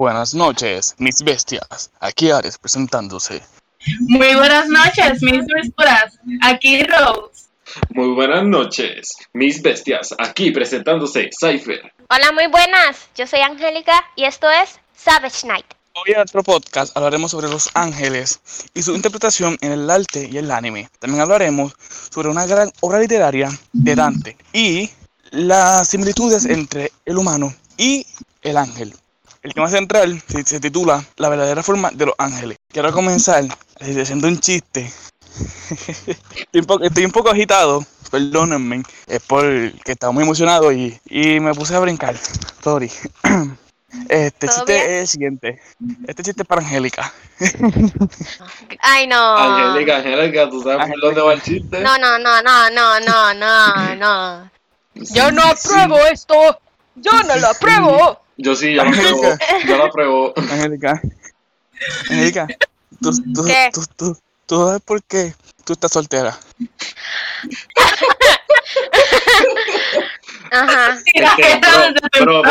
Buenas noches, mis bestias. Aquí Ares presentándose. Muy buenas noches, mis bestias. Aquí Rose. Muy buenas noches, mis bestias. Aquí presentándose Cypher. Hola, muy buenas. Yo soy Angélica y esto es Savage Knight. Hoy en nuestro podcast hablaremos sobre los ángeles y su interpretación en el arte y el anime. También hablaremos sobre una gran obra literaria de Dante y las similitudes entre el humano y el ángel. El tema central se titula La verdadera forma de los ángeles. Quiero comenzar haciendo un chiste. Estoy un poco agitado, perdónenme. Es porque estaba muy emocionado y me puse a brincar. Sorry. Este chiste bien? es el siguiente. Este chiste es para Angélica. Ay, no. Angélica, ¿tú sabes por dónde va el chiste? No. Yo no apruebo esto. Yo no lo apruebo. Yo sí, yo lo apruebo. Yo lo apruebo. Angélica, ¿Qué? ¿tú sabes por qué tú estás soltera? Ajá. Bro,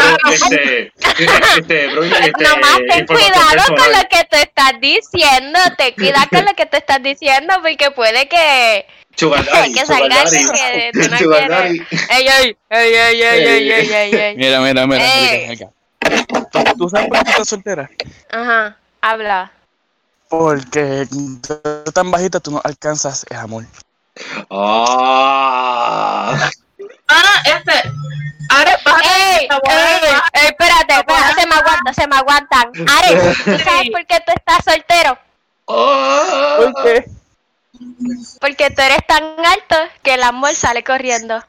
Nomás ten cuidado con lo que tú estás diciendo. Ten cuidado con lo que tú estás diciendo porque puede que salga algo que tú no quieres. Ey. Mira, Angélica. ¿Tú sabes por qué tú estás soltera? Ajá, habla. Porque tú tan bajita tú no alcanzas el amor. Ahora Espérate, se me aguantan. Ares, ¿tú sabes por qué tú estás soltero? ¿Por qué? Porque tú eres tan alto que el amor sale corriendo.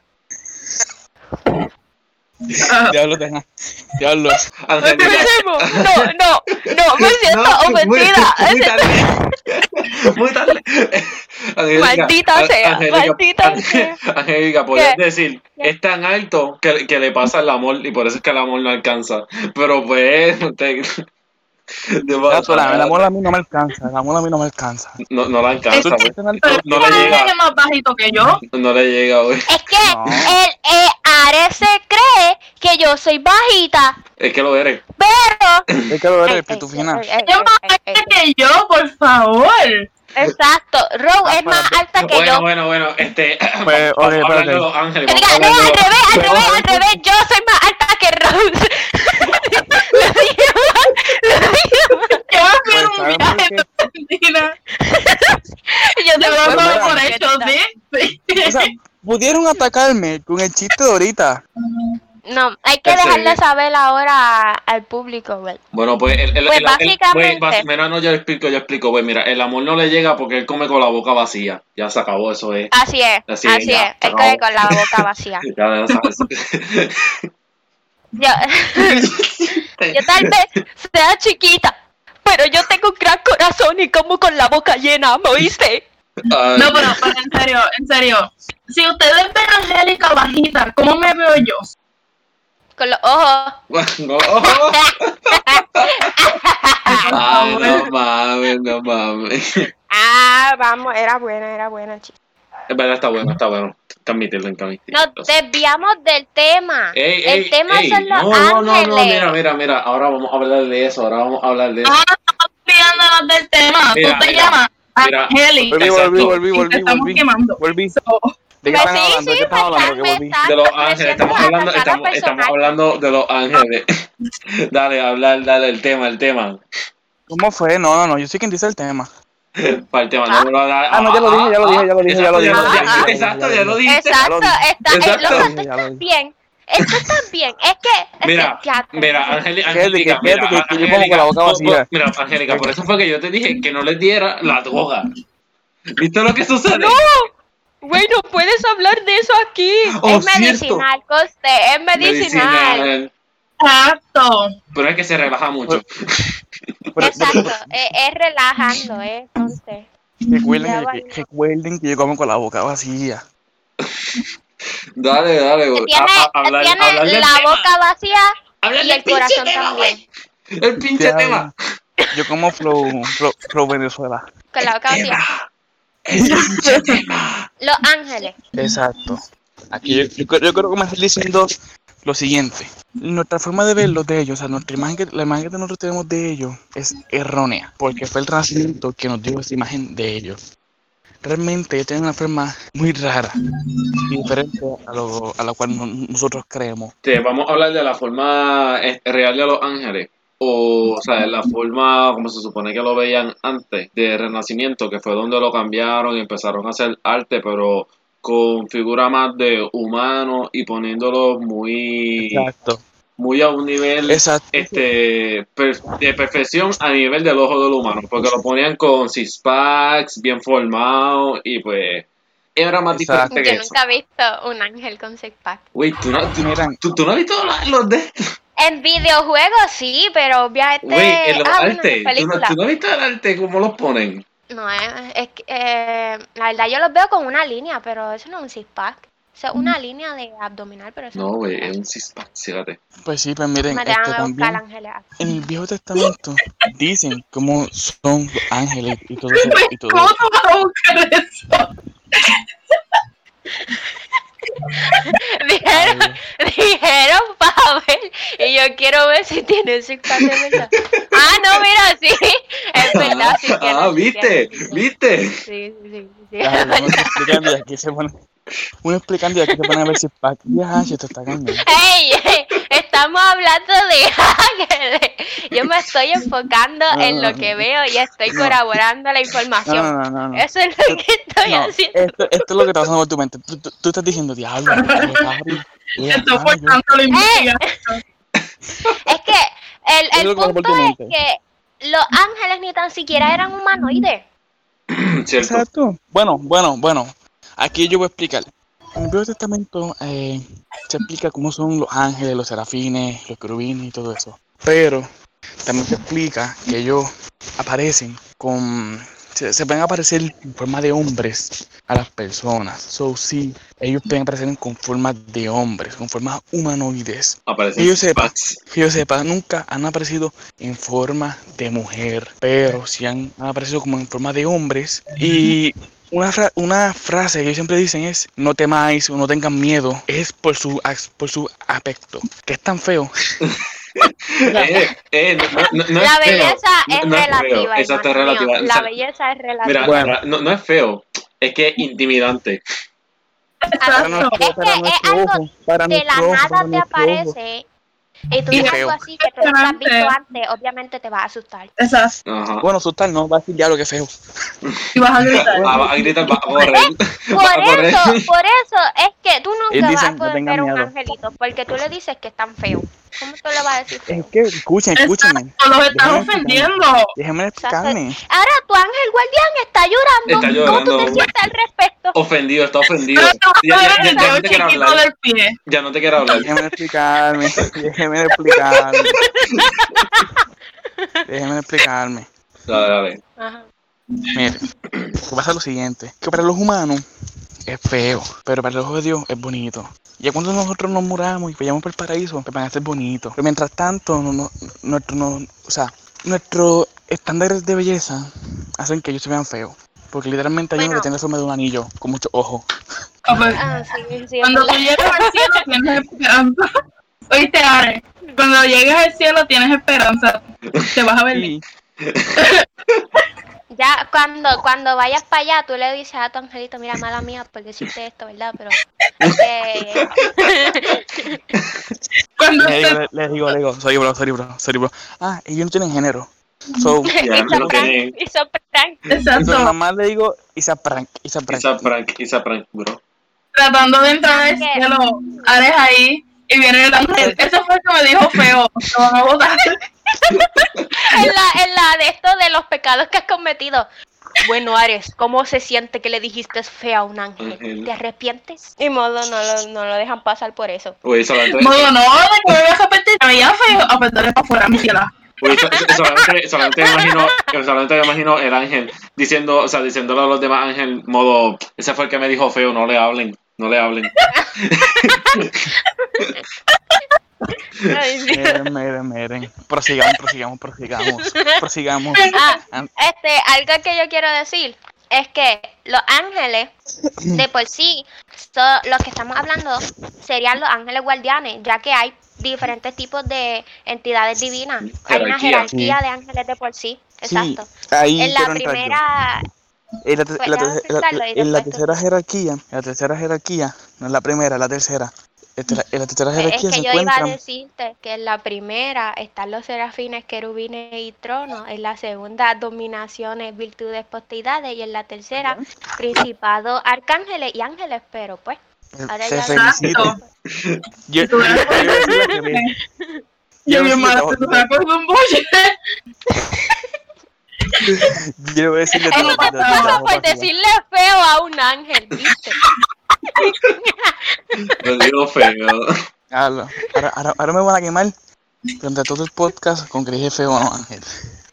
Diablo. Empecemos. No, me siento ofendida. Muy tarde. Maldita sea. Angélica, podrías ¿Qué? decir, es tan alto que le pasa el amor y por eso es que el amor no alcanza. Pero pues, El amor a mí no me alcanza. no la alcanza. No le ¿Quién llega. es más bajito que yo? No le llega, güey. Es que Ares se cree que yo soy bajita, Es que lo eres. pero... Es que lo eres, Pitufina. ¿Quién es más bajita que yo, por favor? Exacto, Rose es más alta que yo. Bueno. Pues, Vamos a hablar espérate. de los ángeles. Diga, vamos a no, hablar de al revés, yo soy más alta que Rose. Yo voy a hacer un ¿saben viaje por a Argentina. Yo Te lo soy doy más por alta hecho, ¿sí? O sea, pudieron atacarme con el chiste de ahorita. No, hay que ¿En serio? dejarle saber ahora al público, güey. Bueno, pues básicamente. yo explico, pues mira, el amor no le llega porque él come con la boca vacía. Ya se acabó, eso es. Así es, ya, él se coge acabó. con la boca vacía. Ya sabes. Yo tal vez sea chiquita, pero yo tengo un gran corazón y como con la boca llena, ¿me oíste? Ay, No, pero en serio. Si ustedes ven a Angélica bajita, ¿cómo me veo yo? Con los ojos. no. Ay, no mames. Ah, vamos, era buena, chica. Es verdad, está bueno. Hay que admitirlo. Nos desviamos del tema. El tema son los No, ángeles. mira, ahora vamos a hablar de eso, Estamos olvidándonos del tema. Mira, Tú te mira, llamas mira. Angélica. Volví. Y te estamos quemando. Volví. So, ¿De qué están hablando? ¿De qué están hablando? Que volví. De los ángeles, estamos hablando de los ángeles. Dale el tema. ¿Cómo fue? No, yo sé quién dice el tema. Para el tema, no me lo va a dar. No, ya lo dije. Exacto, ya lo dijiste. Exacto, Exacto. está bien. Esto está bien. Es que. Mira, Angélica, Quédate, que yo como con la boca vacía. Mira, Angélica, por eso fue que yo te dije que no les diera la droga. ¿Viste lo que sucede? No. Güey, no puedes hablar de eso aquí. Es medicinal, coste, es medicinal. exacto. Pero es que se relaja mucho. Exacto, es relajando, entonces. Recuerden que yo como con la boca vacía. Dale. Tiene la boca vacía y el corazón también. El pinche tema. Yo como flow Venezuela. Con la boca vacía. Los ángeles. Exacto. Aquí yo creo que me estás diciendo lo siguiente. Nuestra forma de verlos de ellos, o sea, la imagen que nosotros tenemos de ellos es errónea, porque fue el Renacimiento que nos dio esa imagen de ellos. Realmente ellos tienen una forma muy rara y diferente a la cual nosotros creemos. Sí, vamos a hablar de la forma real de los ángeles. O sea, la forma como se supone que lo veían antes del Renacimiento, que fue donde lo cambiaron y empezaron a hacer arte, pero con figura más de humano y poniéndolo muy a un nivel de perfección a nivel del ojo del humano, porque lo ponían con six packs bien formados y pues era más diferente que eso. Yo nunca he visto un ángel con six pack. Güey, ¿tú no has visto los de estos? En videojuegos sí, pero obviamente... Güey, en los artes, ¿tú no has visto el arte cómo los ponen? No, es que la verdad yo los veo con una línea, pero eso no es un six pack. Eso es una línea de abdominal, pero eso no, güey, es un six pack, fíjate. Pues sí, pues miren, también en el Viejo Testamento dicen cómo son los ángeles y todo eso. ¿Cómo tú vas a buscar eso? Dijeron Pavel y yo quiero ver si tiene un six pack de verdad. Ah, no, mira, sí, es verdad. Sí tiene, ¿viste? Sí. Uno explicando y aquí se pone a ver six pack. Ya, esto está cañón. ¡Ey! Estamos hablando de ángeles. Yo me estoy enfocando en lo que veo y estoy corroborando la información. No. Eso es lo que estoy haciendo. Esto es lo que está pasando por tu mente. Tú estás diciendo, diablo. Esto fue tanto la investigación. Es que el punto es que los ángeles ni tan siquiera eran humanoides. Exacto. Bueno. Aquí yo voy a explicar. En el Viejo Testamento se explica cómo son los ángeles, los serafines, los querubines y todo eso. Pero también se explica que ellos aparecen se pueden aparecer en forma de hombres a las personas. So, sí, ellos pueden aparecer con forma de hombres, con formas humanoides. Que yo sepa, nunca han aparecido en forma de mujer, pero sí han aparecido como en forma de hombres. Y una frase que ellos siempre dicen es: no temáis o no tengan miedo. Es por su aspecto, que es tan feo. La belleza es relativa. Exacto, es relativa. La belleza es relativa. Mira, bueno, no es feo, es que es intimidante. Es que es algo de la nada te aparece. Y tú ves algo así que tú no has visto antes, obviamente te vas a asustar. Exacto. Ajá. Bueno, asustar no, vas a decir ya lo que es feo. Y vas a gritar. Vas a gritar, vas a correr. Por eso es que tú nunca vas a poder ver un miedo. Angelito, porque tú le dices que es tan feo. ¿Cómo tú le vas a decir feo? Es que, escúchenme. Los estás ofendiendo. Déjame explicarme. Ahora tu ángel guardián está llorando. ¿Cómo tú te sientes al respecto? Está ofendido. Ya no te quiero hablar. Ya no te quiero hablar. Déjame explicarme. Dale. Ajá. Mire, pasa lo siguiente, que para los humanos es feo, pero para los ojos de Dios es bonito. Ya cuando nosotros nos muramos y vayamos por el paraíso, pues van a ser bonitos. Pero mientras tanto, nuestros estándares de belleza hacen que ellos se vean feos. Porque literalmente hay uno que tiene forma de un anillo, con muchos ojos. Sí, cuando tú llegas al cielo tienes esperanza. Oíste, Are, cuando llegas al cielo tienes esperanza. Te vas a ver bien. Ya cuando vayas para allá, tú le dices a tu angelito: mira, mala mía, porque hiciste esto, ¿verdad? Pero le digo, sorry bro. Ah, ellos no tienen género. So, hizo prank. Exacto. Mamá le digo, Isa prank, bro. Tratando de entrar al cielo, Ares ahí, y viene el ángel. Eso fue el que me dijo feo. Lo van a botar. en la de esto de los pecados que has cometido. Bueno, Ares, ¿cómo se siente que le dijiste fea a un ángel? ¿Te arrepientes? Y modo no lo dejan pasar por eso. Uy, modo no, de que me vas a repetir, me veía feo, a petarle para afuera, mi ciela. Solamente me imagino el ángel diciéndole a los demás ángeles, modo, ese fue el que me dijo feo, no le hablen. Miren. Prosigamos. Algo que yo quiero decir es que los ángeles de por sí, los que estamos hablando serían los ángeles guardianes, ya que hay diferentes tipos de entidades divinas. Hay una jerarquía de ángeles de por sí. Exacto. Ahí en la primera... En la tercera jerarquía, no es la primera, es la tercera. En la tercera jerarquía es que se yo encuentran... iba a decirte que en la primera están los serafines, querubines y tronos. En la segunda, dominaciones, virtudes, potestades. Y en la tercera, principados, arcángeles y ángeles. Pero pues, ahora Te ya... felicito. Yo voy a decirle eso por decirle feo a un ángel, ¿viste? Lo digo feo. Ahora me van a quemar durante todo el podcast con que dije feo o no, Ángel.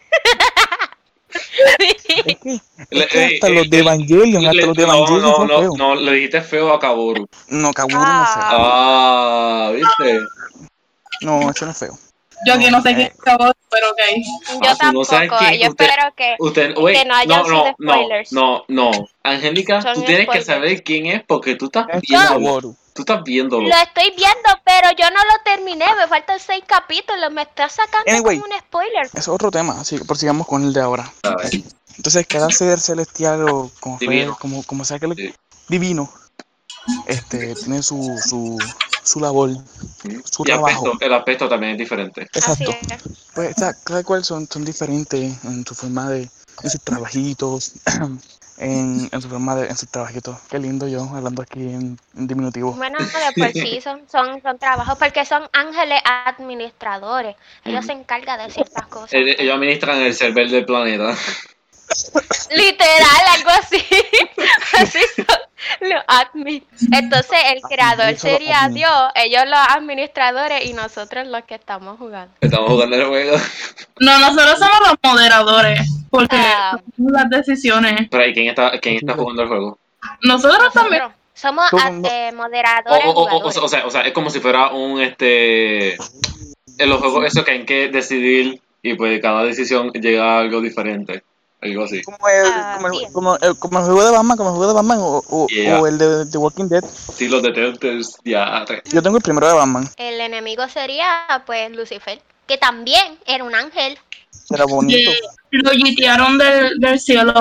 Es que hasta los de Evangelion, son feos. No, le dijiste feo a Kaworu. No, Kaworu no es feo. ¿Viste? No, eso no es feo. Yo aquí no sé qué es Kaworu, pero ok. Yo tampoco, yo espero que no haya sido spoilers. No, Angélica, tú tienes que saber quién es porque tú estás viéndolo. Tú estás viéndolo. Lo estoy viendo, pero yo no lo terminé, me faltan 6 capítulos, me estás sacando como un spoiler. Es otro tema, así que prosigamos con el de ahora. Entonces, cada ser celestial o como sea que le... divino, tiene su labor, su trabajo. El aspecto también es diferente. Exacto. Pues cada cual son diferentes en su forma de, en sus trabajitos, en sus trabajitos. Qué lindo yo hablando aquí en diminutivo. Bueno, de por sí son trabajos porque son ángeles administradores. Ellos se encargan de ciertas cosas. Ellos administran el server del planeta. Literal, algo así. Así son los admin. Entonces el creador sería Dios, ellos los administradores y nosotros los que estamos jugando. Estamos jugando el juego. No, nosotros somos los moderadores, porque tomamos las decisiones. Pero ¿y quién está jugando el juego? Nosotros también. Somos moderadores. O sea, es como si fuera un en los juegos eso que hay que decidir y pues cada decisión llega a algo diferente. Algo así. Como el juego de Batman, o el de The Walking Dead. Sí, los de Telltales, ya. Yo tengo el primero de Batman. El enemigo sería, pues, Lucifer, que también era un ángel. Era bonito. Lo yitearon del cielo.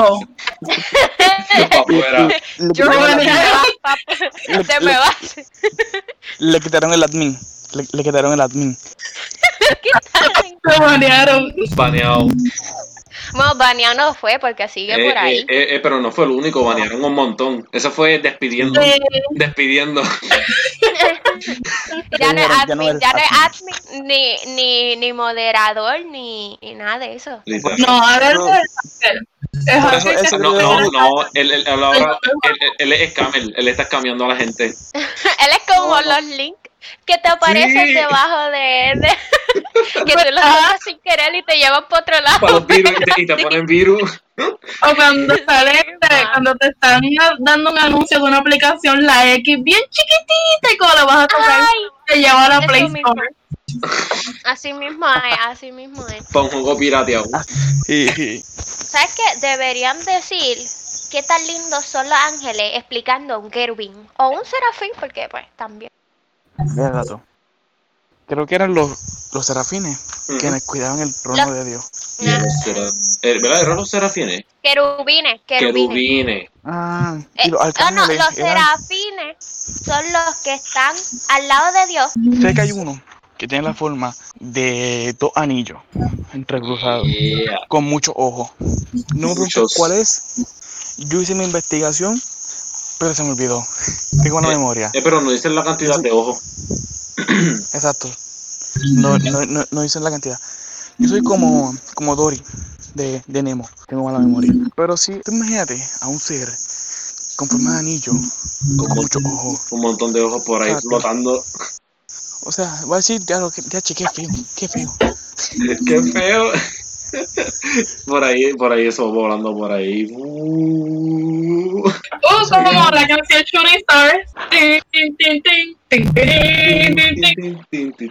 Le quitaron el admin. Le quitaron el admin. Lo banearon. Baneado. Bueno, baneado no fue porque sigue por ahí. Pero no fue el único, banearon un montón. Eso fue despidiendo. Ya no es admin, ni moderador, ni nada de eso. No, a ver, él es scammer, él está cambiando a la gente. Él es como los links que te aparecen debajo de que tú los hagas sin querer y te llevan por otro lado. Para los virus y te ponen virus. O cuando te están dando un anuncio de una aplicación, la X bien chiquitita y cuando la vas a tocar, te lleva a la Play Store. Así mismo es. Para un juego pirateado. ¿Sabes qué? Deberían decir qué tan lindos son los ángeles explicando un querubín o un serafín, porque pues también. Creo que eran los serafines quienes cuidaban el trono de Dios. ¿Verdad? ¿Eran los serafines? Querubines. Y los arcángeles los serafines son los que están al lado de Dios. Sé que hay uno que tiene la forma de 2 anillos entrecruzados, con muchos ojos. No me pregunto cuál es. Yo hice mi investigación, pero se me olvidó. Tengo una memoria. Pero no dicen la cantidad de ojos. Exacto. No dicen la cantidad. Yo soy como Dory de Nemo. Tengo mala memoria. Pero sí, tú imagínate a un ser con forma de anillo, con muchos ojos. Un montón de ojos por ahí flotando. O sea, voy a decir, qué feo. Qué feo. Por ahí eso volando por ahí. Como la canción Shooting Stars.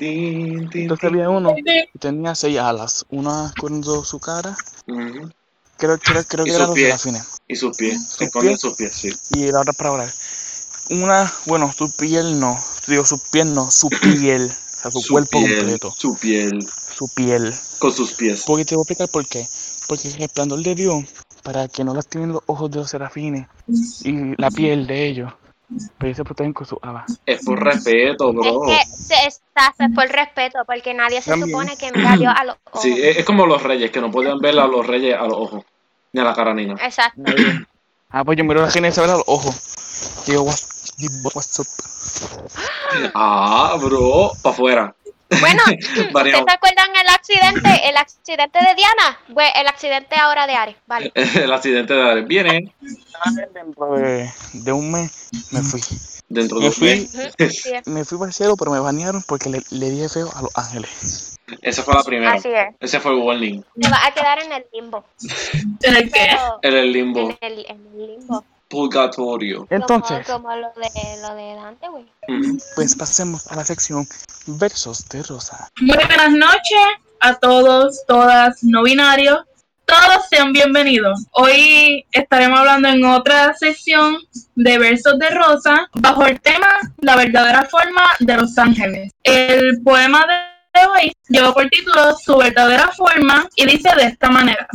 Entonces había uno que tenía 6 alas, una cubriendo su cara Creo que Y eran sus los pies. serafines. Y sus pies. ¿Sus Se esconden pies? sus pies, sí. Y la otra palabra. Su piel no. Digo, su piel no. Su piel. O sea, su cuerpo piel, completo. Su piel. Su piel. Con sus pies. Porque te voy a explicar por qué. Porque el resplandor de Dios, para que no lastimen los ojos de los serafines y la piel de ellos, pero ellos se protegen con sus alas. Es por respeto, bro. Es que es por respeto, porque nadie se También. supone que mira a Dios a los ojos. Sí, es como los reyes, que no podían ver a los reyes a los ojos. Ni a la cara ni nada. Exacto. Pues yo miro a la gente y se ve a los ojos. Digo, what's up? Bro, para afuera. Bueno, ¿ustedes Variado. se acuerdan el accidente de Diana? Bueno, el accidente ahora de Ares, vale. El accidente de Ares. Viene Dentro de un mes me fui. dentro de Me un fui. mes. Así es. Me fui para el cielo, pero me banearon porque le dije feo a los ángeles. Esa fue la primera. Así es. Ese fue el warning. Te vas a quedar en el limbo. ¿En el qué? Pero En el limbo. en el limbo. Purgatorio. Entonces, Como lo de Dante, güey. Ujú. pues pasemos a la sección Versos de Rosa. Muy buenas noches a todos, todas, no binarios. Todos sean bienvenidos. Hoy estaremos hablando en otra sección de Versos de Rosa bajo el tema La verdadera forma de los ángeles. El poema de hoy lleva por título Su verdadera forma y dice de esta manera: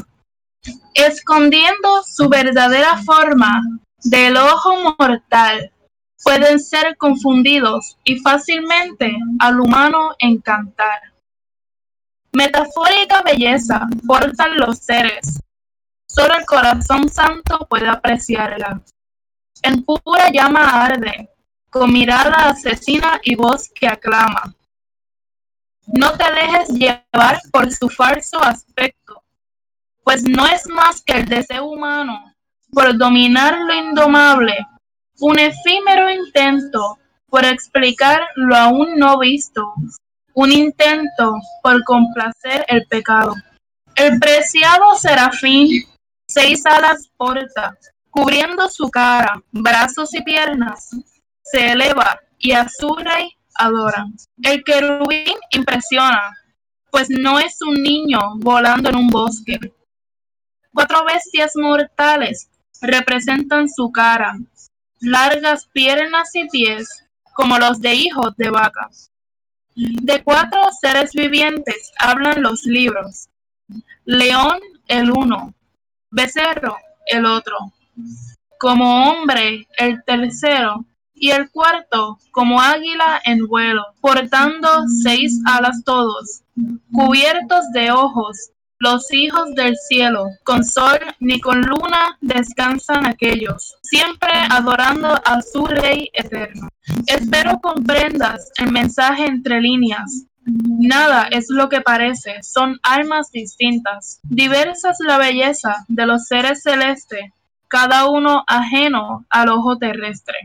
escondiendo su verdadera forma del ojo mortal, pueden ser confundidos y fácilmente al humano encantar. Metafórica belleza portan los seres, solo el corazón santo puede apreciarla. En pura llama arde, con mirada asesina y voz que aclama. No te dejes llevar por su falso aspecto, pues no es más que el deseo humano por dominar lo indomable, un efímero intento por explicar lo aún no visto, un intento por complacer el pecado. El preciado serafín 6 alas porta, cubriendo su cara, brazos y piernas, se eleva y a su rey adora. El querubín impresiona, pues no es un niño volando en un bosque. 4 bestias mortales representan su cara, largas piernas y pies, como los de hijos de vaca. De 4 seres vivientes hablan los libros: león el uno, becerro el otro, como hombre el tercero, y el cuarto como águila en vuelo, portando 6 alas todos, cubiertos de ojos, los hijos del cielo, con sol ni con luna descansan aquellos, siempre adorando a su Rey eterno. Espero comprendas el mensaje entre líneas. Nada es lo que parece, son almas distintas. Diversa es la belleza de los seres celestes, cada uno ajeno al ojo terrestre.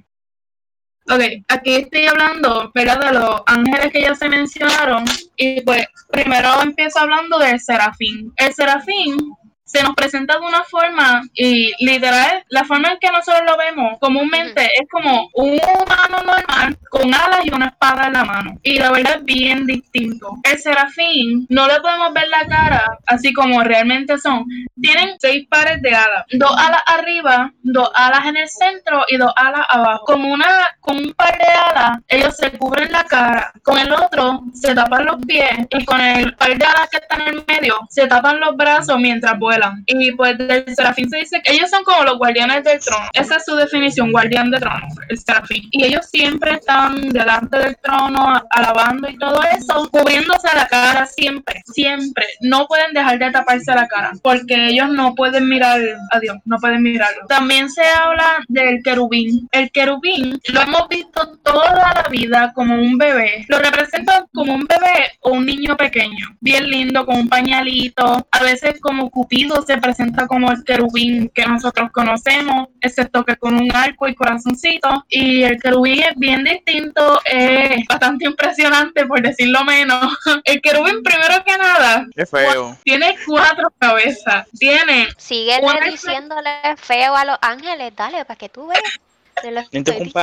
Ok, aquí estoy hablando, ¿verdad?, de los ángeles que ya se mencionaron. Y pues primero empiezo hablando del serafín. El serafín se nos presenta de una forma, y literal, la forma en que nosotros lo vemos comúnmente es como un humano normal con alas y una espada en la mano. Y la verdad es bien distinto. El serafín no le podemos ver la cara así como realmente son. Tienen 6 pares de alas. 2 alas arriba, 2 alas en el centro y 2 alas abajo. Con un par de alas, ellos se cubren la cara. Con el otro, se tapan los pies. Y con el par de alas que está en el medio, se tapan los brazos mientras vuelan. Y pues del serafín se dice que ellos son como los guardianes del trono. Esa es su definición, guardián de trono, el serafín. Y ellos siempre están delante del trono, alabando y todo eso, cubriéndose la cara siempre, siempre. No pueden dejar de taparse la cara, porque ellos no pueden mirar a Dios, no pueden mirarlo. También se habla del querubín. El querubín lo hemos visto toda la vida como un bebé. Lo representan como un bebé o un niño pequeño, bien lindo, con un pañalito. A veces como Cupido se presenta como el querubín que nosotros conocemos, excepto que con un arco y corazoncito. Y el querubín es bien distinto, es bastante impresionante, por decirlo menos. El querubín, primero que nada, Qué feo. tiene 4 cabezas. Tiene Síguele una- diciéndole feo a los ángeles, dale, para que tú veas. Te lo estoy Interrumpa.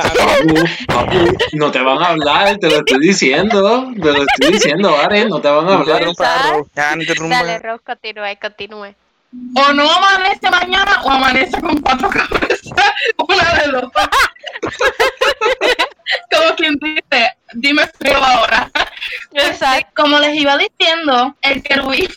Papu, no te van a hablar, te lo estoy diciendo. Te lo estoy diciendo, Ares, no te van a No hablar. interrumpa, Ro. Ya, no interrumpa. Dale, Ross, continúe. o no amanece mañana o amanece con 4 cabezas, una de dos. Como quien dice, dime frío ahora. Exacto. Como les iba diciendo, el querubín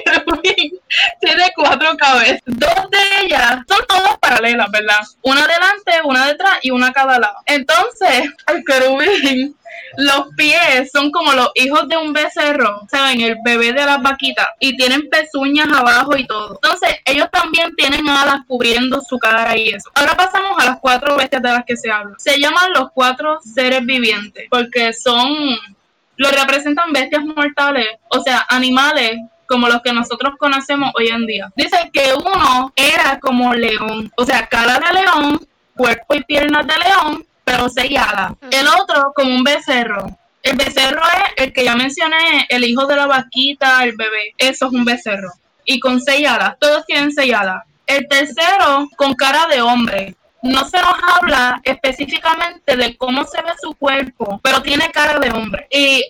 tiene 4 cabezas. 2 de ellas son todas paralelas, ¿verdad? Una delante, una detrás y una a cada lado. Entonces, el querubín, los pies son como los hijos de un becerro, ¿saben? El bebé de las vaquitas. Y tienen pezuñas abajo y todo. Entonces, ellos también tienen alas cubriendo su cara y eso. Ahora pasamos a las 4 bestias de las que se habla. Se llaman los 4 seres vivientes, porque lo representan bestias mortales, o sea, animales como los que nosotros conocemos hoy en día. Dicen que uno era como león, o sea, cara de león, cuerpo y piernas de león, pero 6 alas. El otro como un becerro. El becerro es el que ya mencioné, el hijo de la vaquita, el bebé. Eso es un becerro. Y con 6 alas, todos tienen 6 alas. El tercero con cara de hombre. No se nos habla específicamente de cómo se ve su cuerpo, pero tiene cara de hombre. Y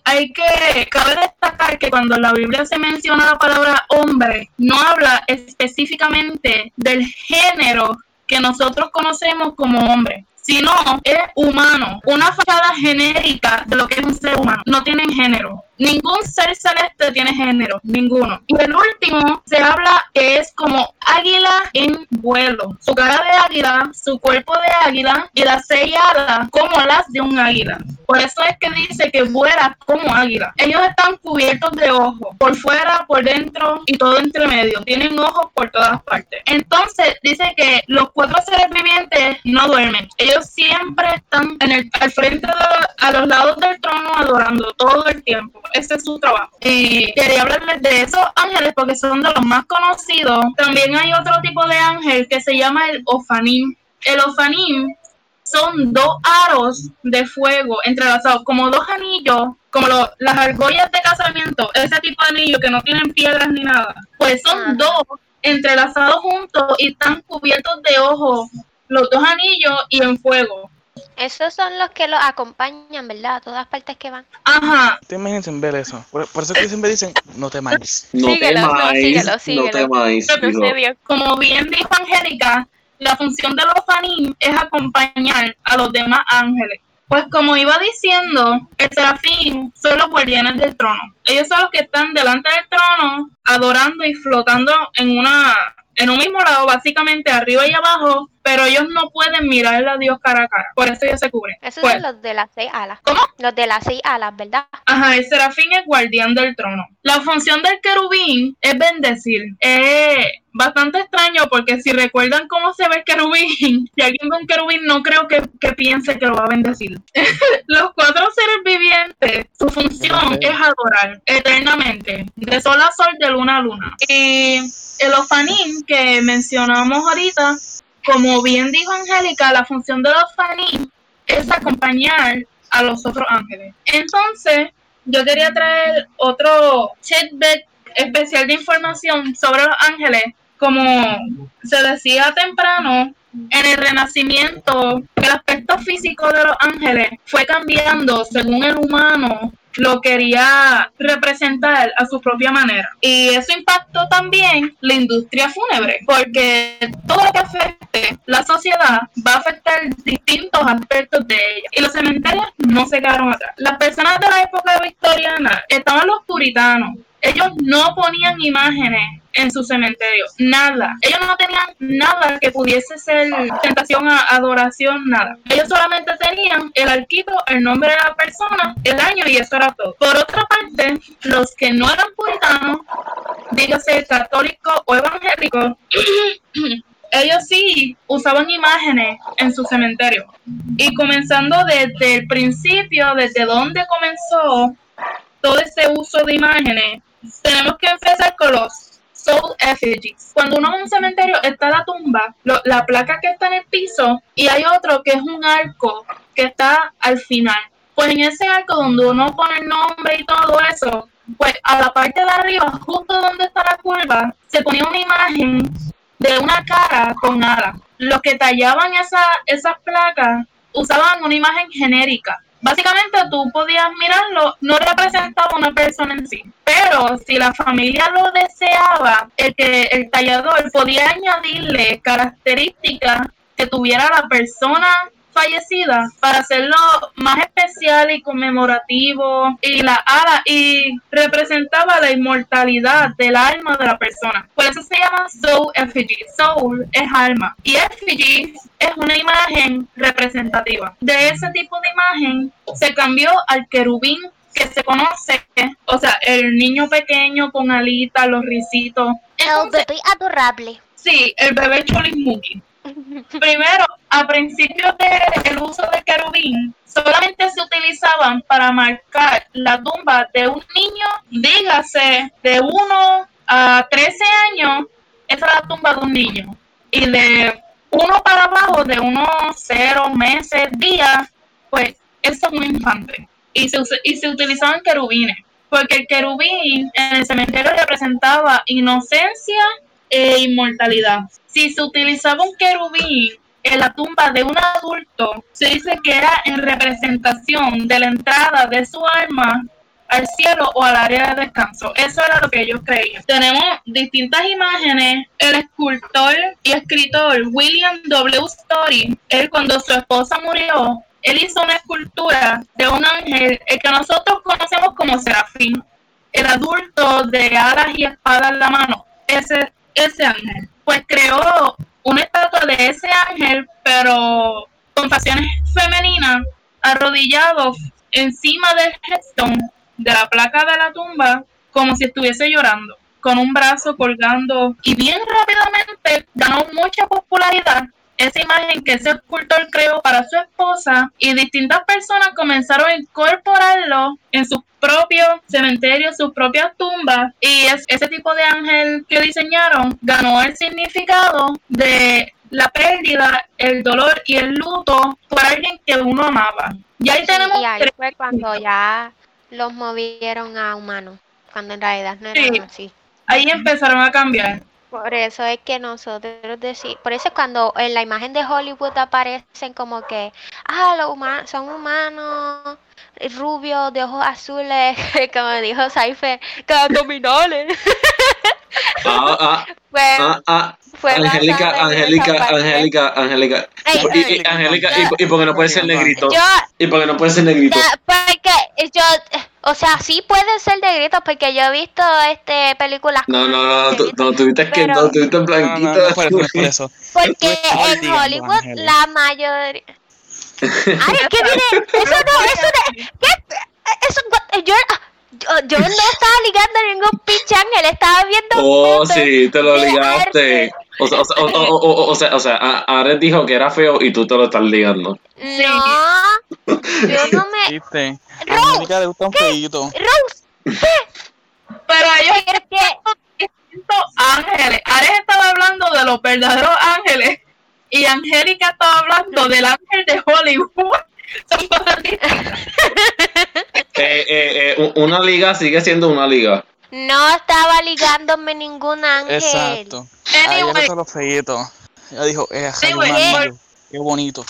cabe destacar que cuando en la Biblia se menciona la palabra hombre, no habla específicamente del género que nosotros conocemos como hombre, sino es humano, una fachada genérica de lo que es un ser humano. No tienen género. Ningún ser celeste tiene género, ninguno. Y el último se habla que es como águila en vuelo. Su cara de águila, su cuerpo de águila y las 6 alas como las de un águila. Por eso es que dice que vuela como águila. Ellos están cubiertos de ojos, por fuera, por dentro y todo entre medio. Tienen ojos por todas partes. Entonces dice que los 4 seres vivientes no duermen. Ellos siempre están al frente a los lados del trono adorando todo el tiempo. Ese es su trabajo. Y quería hablarles de esos ángeles porque son de los más conocidos. También hay otro tipo de ángel que se llama el Ofanim. El Ofanim son 2 aros de fuego entrelazados, como 2 anillos, como las argollas de casamiento, ese tipo de anillos que no tienen piedras ni nada. Pues son 2 entrelazados juntos y están cubiertos de ojos, los 2 anillos y en fuego. Esos son los que los acompañan, ¿verdad? A todas partes que van. Ajá. Te imagínense ver eso. Por eso que siempre dicen, no temáis. Síguelo. No temáis. Como bien dijo Angélica, la función de los Ofanim es acompañar a los demás ángeles. Pues como iba diciendo, el serafín son los guardianes del trono. Ellos son los que están delante del trono, adorando y flotando en un mismo lado, básicamente arriba y abajo, pero ellos no pueden mirar a Dios cara a cara. Por eso ellos se cubren. Esos son los de las 6 alas. ¿Cómo? Los de las 6 alas, ¿verdad? Ajá, el serafín es guardián del trono. La función del querubín es bendecir. Bastante extraño porque si recuerdan cómo se ve el querubín, si alguien ve un querubín no creo que piense que lo va a bendecir. Los 4 seres vivientes, su función es adorar eternamente, de sol a sol, de luna a luna. Y el Ofanim que mencionamos ahorita, como bien dijo Angélica, la función de los Ofanim es acompañar a los otros ángeles. Entonces, yo quería traer otro tidbit especial de información sobre los ángeles. Como se decía temprano, en el Renacimiento, el aspecto físico de los ángeles fue cambiando según el humano lo quería representar a su propia manera. Y eso impactó también la industria fúnebre, porque todo lo que afecte la sociedad va a afectar distintos aspectos de ella. Y los cementerios no se quedaron atrás. Las personas de la época victoriana estaban los puritanos. Ellos no ponían imágenes en su cementerio, nada. Ellos no tenían nada que pudiese ser tentación a adoración, nada. Ellos solamente tenían el arquito, el nombre de la persona, el año y eso era todo. Por otra parte, los que no eran puritanos, dígase católicos o evangélicos, ellos sí usaban imágenes en su cementerio. Y comenzando desde el principio, desde donde comenzó todo ese uso de imágenes, tenemos que empezar con los soul effigies. Cuando uno va a un cementerio está la tumba, la placa que está en el piso, y hay otro que es un arco que está al final. Pues en ese arco donde uno pone el nombre y todo eso, pues a la parte de arriba, justo donde está la curva, se ponía una imagen de una cara con alas. Los que tallaban esas placas usaban una imagen genérica. básicamente tú podías mirarlo, no representaba una persona en sí, pero si la familia lo deseaba, el tallador podía añadirle características que tuviera la persona fallecida para hacerlo más especial y conmemorativo, y la ala y representaba la inmortalidad del alma de la persona. Por eso se llama soul effigy. Soul es alma y effigy es una imagen representativa. De ese tipo de imagen se cambió al querubín que se conoce, o sea, el niño pequeño con alitas, los risitos. El bebé adorable. Sí, el bebé Cholismuki. Primero, a principios del uso de querubín, solamente se utilizaban para marcar la tumba de un niño, dígase, de 1 a 13 años, esa es la tumba de un niño. Y de 1 para abajo, de unos 0 meses, días, pues eso es un infante. Y se utilizaban querubines, porque el querubín en el cementerio representaba inocencia e inmortalidad. Si se utilizaba un querubín en la tumba de un adulto, se dice que era en representación de la entrada de su alma al cielo o al área de descanso. Eso era lo que ellos creían. Tenemos distintas imágenes. El escultor y escritor William W. Story, él cuando su esposa murió, él hizo una escultura de un ángel, el que nosotros conocemos como Serafín, el adulto de alas y espada en la mano, ese ángel. Pues creó una estatua de ese ángel, pero con facciones femeninas, arrodillado encima del headstone de la placa de la tumba, como si estuviese llorando, con un brazo colgando, y bien rápidamente ganó mucha popularidad esa imagen que ese escultor creó para su esposa, y distintas personas comenzaron a incorporarlo en sus propios cementerios, sus propias tumbas, y ese tipo de ángel que diseñaron ganó el significado de la pérdida, el dolor y el luto por alguien que uno amaba. Y ahí tenemos y ahí fue cuando ya los movieron a humanos, cuando en realidad no eran así. Ahí empezaron a cambiar. Por eso es que nosotros decimos, por eso es cuando en la imagen de Hollywood aparecen como que, los humanos son humanos, rubios, de ojos azules, como dijo Cypher, que abdominales. Fue Angélica, ¿y por qué no puede ser negrito? ¿Y por qué no puede ser negrito? Porque yo, o sea, sí puede ser negrito, porque yo he visto películas. No, tú tuviste en blanquito. No, por eso. Porque en Hollywood la mayoría. Ay, es que mire, yo no estaba ligando a ningún pinche ángel, estaba viendo. Sí, te lo ligaste. O sea, Ares dijo que era feo y tú te lo estás ligando. No, yo no me. ¿Viste? Rose, a Mónica le gusta un feíto. Rose, pero ellos distintos ángeles. Ares estaba hablando de los verdaderos ángeles y Angélica estaba hablando del ángel de Hollywood. Son cosas distintas. Una liga sigue siendo una liga. No estaba ligándome ningún ángel. Exacto. Ahí le gustan los feitos. Ella dijo, qué bonito.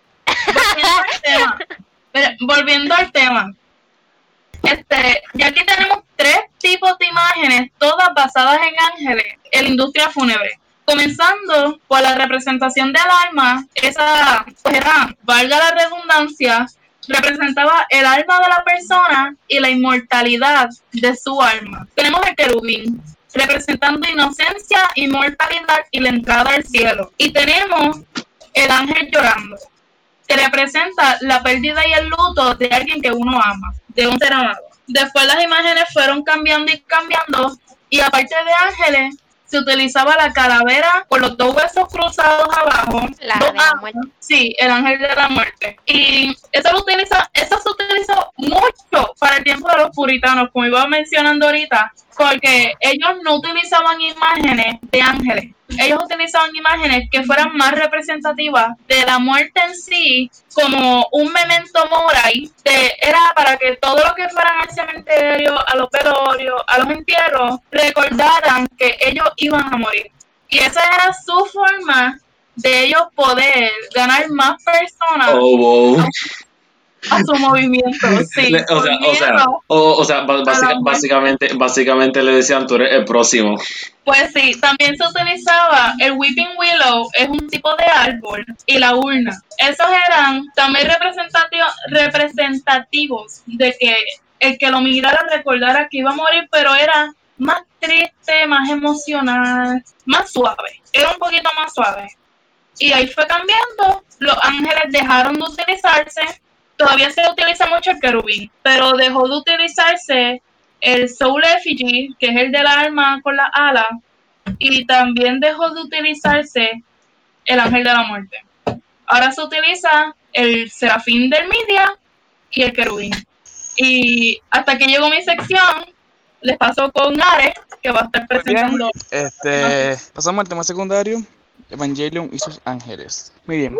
Volviendo al tema. Ya aquí tenemos 3 tipos de imágenes, todas basadas en ángeles en la industria fúnebre. Comenzando por la representación del alma, esa pues era, valga la redundancia, representaba el alma de la persona y la inmortalidad de su alma. Tenemos el querubín, representando inocencia, inmortalidad y la entrada al cielo. Y tenemos el ángel llorando, que representa la pérdida y el luto de alguien que uno ama, de un ser amado. Después las imágenes fueron cambiando, y aparte de ángeles, se utilizaba la calavera con los 2 huesos cruzados abajo. Sí, el ángel de la muerte. Y eso se utilizó mucho para el tiempo de los puritanos, como iba mencionando ahorita, porque ellos no utilizaban imágenes de ángeles. Ellos utilizaban imágenes que fueran más representativas de la muerte en sí, como un memento mori, era para que todos los que fueran al cementerio, a los velorios, a los entierros, recordaran que ellos iban a morir. Y esa era su forma de ellos poder ganar más personas. a su movimiento, sí. Básicamente le decían, tú eres el próximo. Pues sí, también se utilizaba el Weeping Willow, es un tipo de árbol, y la urna. Esos eran también representativos de que el que lo mirara recordara que iba a morir, pero era más triste, más emocional, más suave. Era un poquito más suave. Y ahí fue cambiando. Los ángeles dejaron de utilizarse. Todavía se utiliza mucho el querubín, pero dejó de utilizarse el Soul Effigy, que es el del alma con las alas, y también dejó de utilizarse el ángel de la muerte. Ahora se utiliza el serafín del Midia y el querubín. Y hasta que llegó mi sección, les paso con Ares, que va a estar presentando. Pasamos al tema secundario, Evangelion y sus ángeles. Muy bien.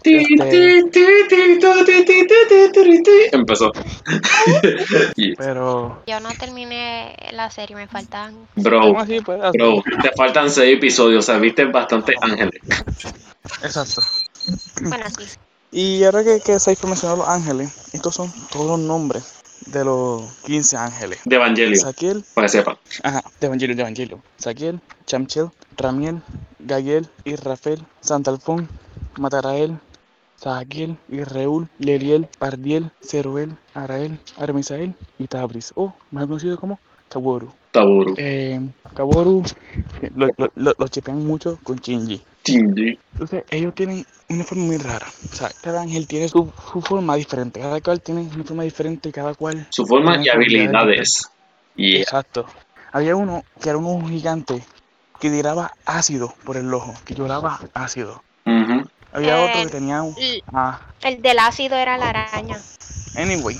Empezó. Pero... Yo no terminé la serie, me faltan... Bro, pues, te faltan 6 episodios, o sea, viste bastante ángeles. Exacto. Bueno, sí. Y ahora que Saifa mencionó los ángeles, estos son todos los nombres de los 15 ángeles. De Evangelio, Saquiel, para que sepan. ajá, de Evangelio. Saquiel, Chamchel, Ramiel, Gaguel, Israfel, Santalfón, Matarael, Sahaquiel, Irreul, Leliel, Pardiel, Ceruel, Arael, Armisael y Tabris, o más conocido como Kaworu. Taburu. Kaworu lo chipean mucho con Shinji. Shinji. Entonces ellos tienen una forma muy rara. O sea, cada ángel tiene su forma diferente. Cada cual tiene una forma diferente y cada cual... Su forma tiene y habilidades. Yeah. Exacto. Había uno que era un ojo gigante que tiraba ácido por el ojo, que lloraba ácido. Ujú. Había otro que tenía un... El del ácido era la araña. Anyway.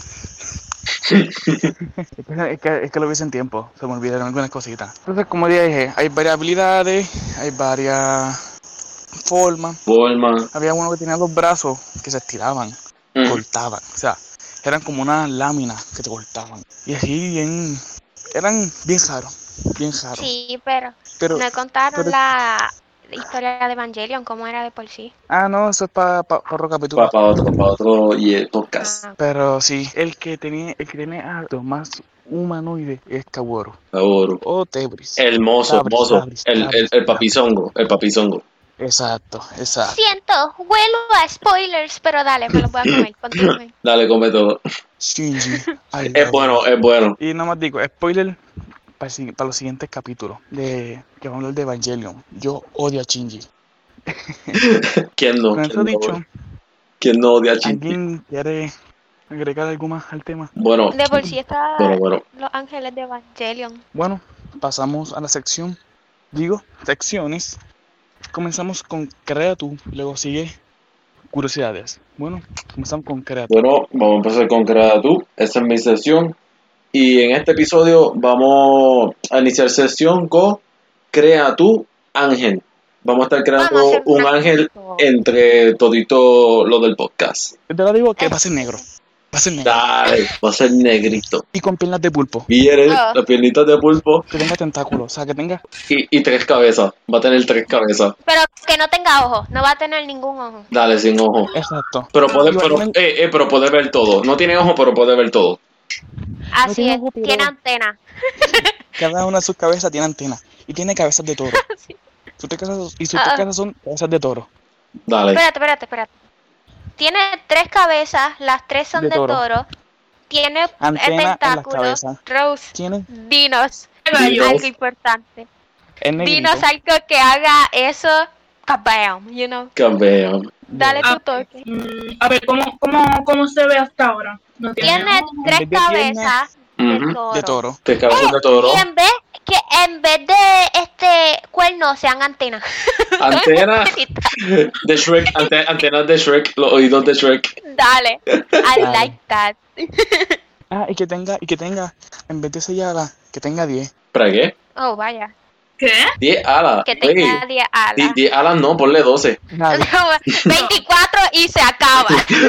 es que lo vi en tiempo, se me olvidaron algunas cositas. Entonces, como ya dije, hay varias habilidades, hay varias formas. Había uno que tenía dos brazos que se estiraban, cortaban, o sea, eran como una lámina que te cortaban. Y así eran bien raros. Sí, pero me contaron la historia de Evangelion, cómo era de por sí. No, eso es para otro capítulo. Para otro y el podcast. Pero sí, el que tiene algo más humanoide es Kaworu. O Tebris. El mozo. Tabris. El papizongo. Exacto. Siento, huelo a spoilers, pero dale, me lo voy a comer. Continúen. Dale, come todo. Shinji. Es bueno. Y nada más digo, spoiler para los siguientes capítulos que vamos a hablar de Evangelion. Yo odio a Shinji. ¿Quién no? Con eso dicho, ¿Quién no odia a Shinji? ¿alguien quiere agregar algo más al tema? Bueno. De por sí está Bueno. Los Ángeles de Evangelion. Bueno, pasamos a la secciones. Comenzamos con Crea tú, luego sigue curiosidades. Bueno, comenzamos con Crea tú. Bueno, vamos a empezar con Crea tú. Esa es mi sesión. Y en este episodio vamos a iniciar sesión con Crea tú ángel. Vamos a estar creando un ángel entre todito lo del podcast. Te lo digo que va a ser negro. Dale, va a ser negrito. Y con piernas de pulpo. Viene las piernitas de pulpo. Que tenga tentáculos, o sea, que tenga... Y 3 cabezas. Va a tener 3 cabezas. Pero que no tenga ojos, no va a tener ningún ojo. Dale, sin ojo. Exacto. Pero puede ver todo. No tiene ojo, pero puede ver todo. Así tiene es, ojo, pero- tiene antena. Cada una de sus cabezas tiene antena. Y tiene cabezas de toro. Sí. Sus 3 cabezas son cabezas de toro. Dale. Espérate. Tiene 3 cabezas, las 3 son De de toro. toro. Tiene Antena en las tentáculos. cabezas. Rose, Tiene... dinos Gallo. algo importante. Es negrito. Dinos algo que haga eso. Kabam, you know. Campeón. Dale tu Ah, toque. A ver, ¿cómo se ve hasta ahora? No Tiene ojo. 3 vez de piernas, cabezas de Ujú. toro. De toro. 3 cabezas de toro. Y en vez de cuernos sean antenas. Antena de Shrek. Antenas de Shrek. Los oídos de Shrek. Dale. I like that. Y que tenga, en vez de 6 alas, que tenga 10. ¿Para qué? Oh, vaya. ¿Qué? 10 alas. Que tenga 10 alas. 10 alas no, ponle 12. Nadie. 24 y se acaba.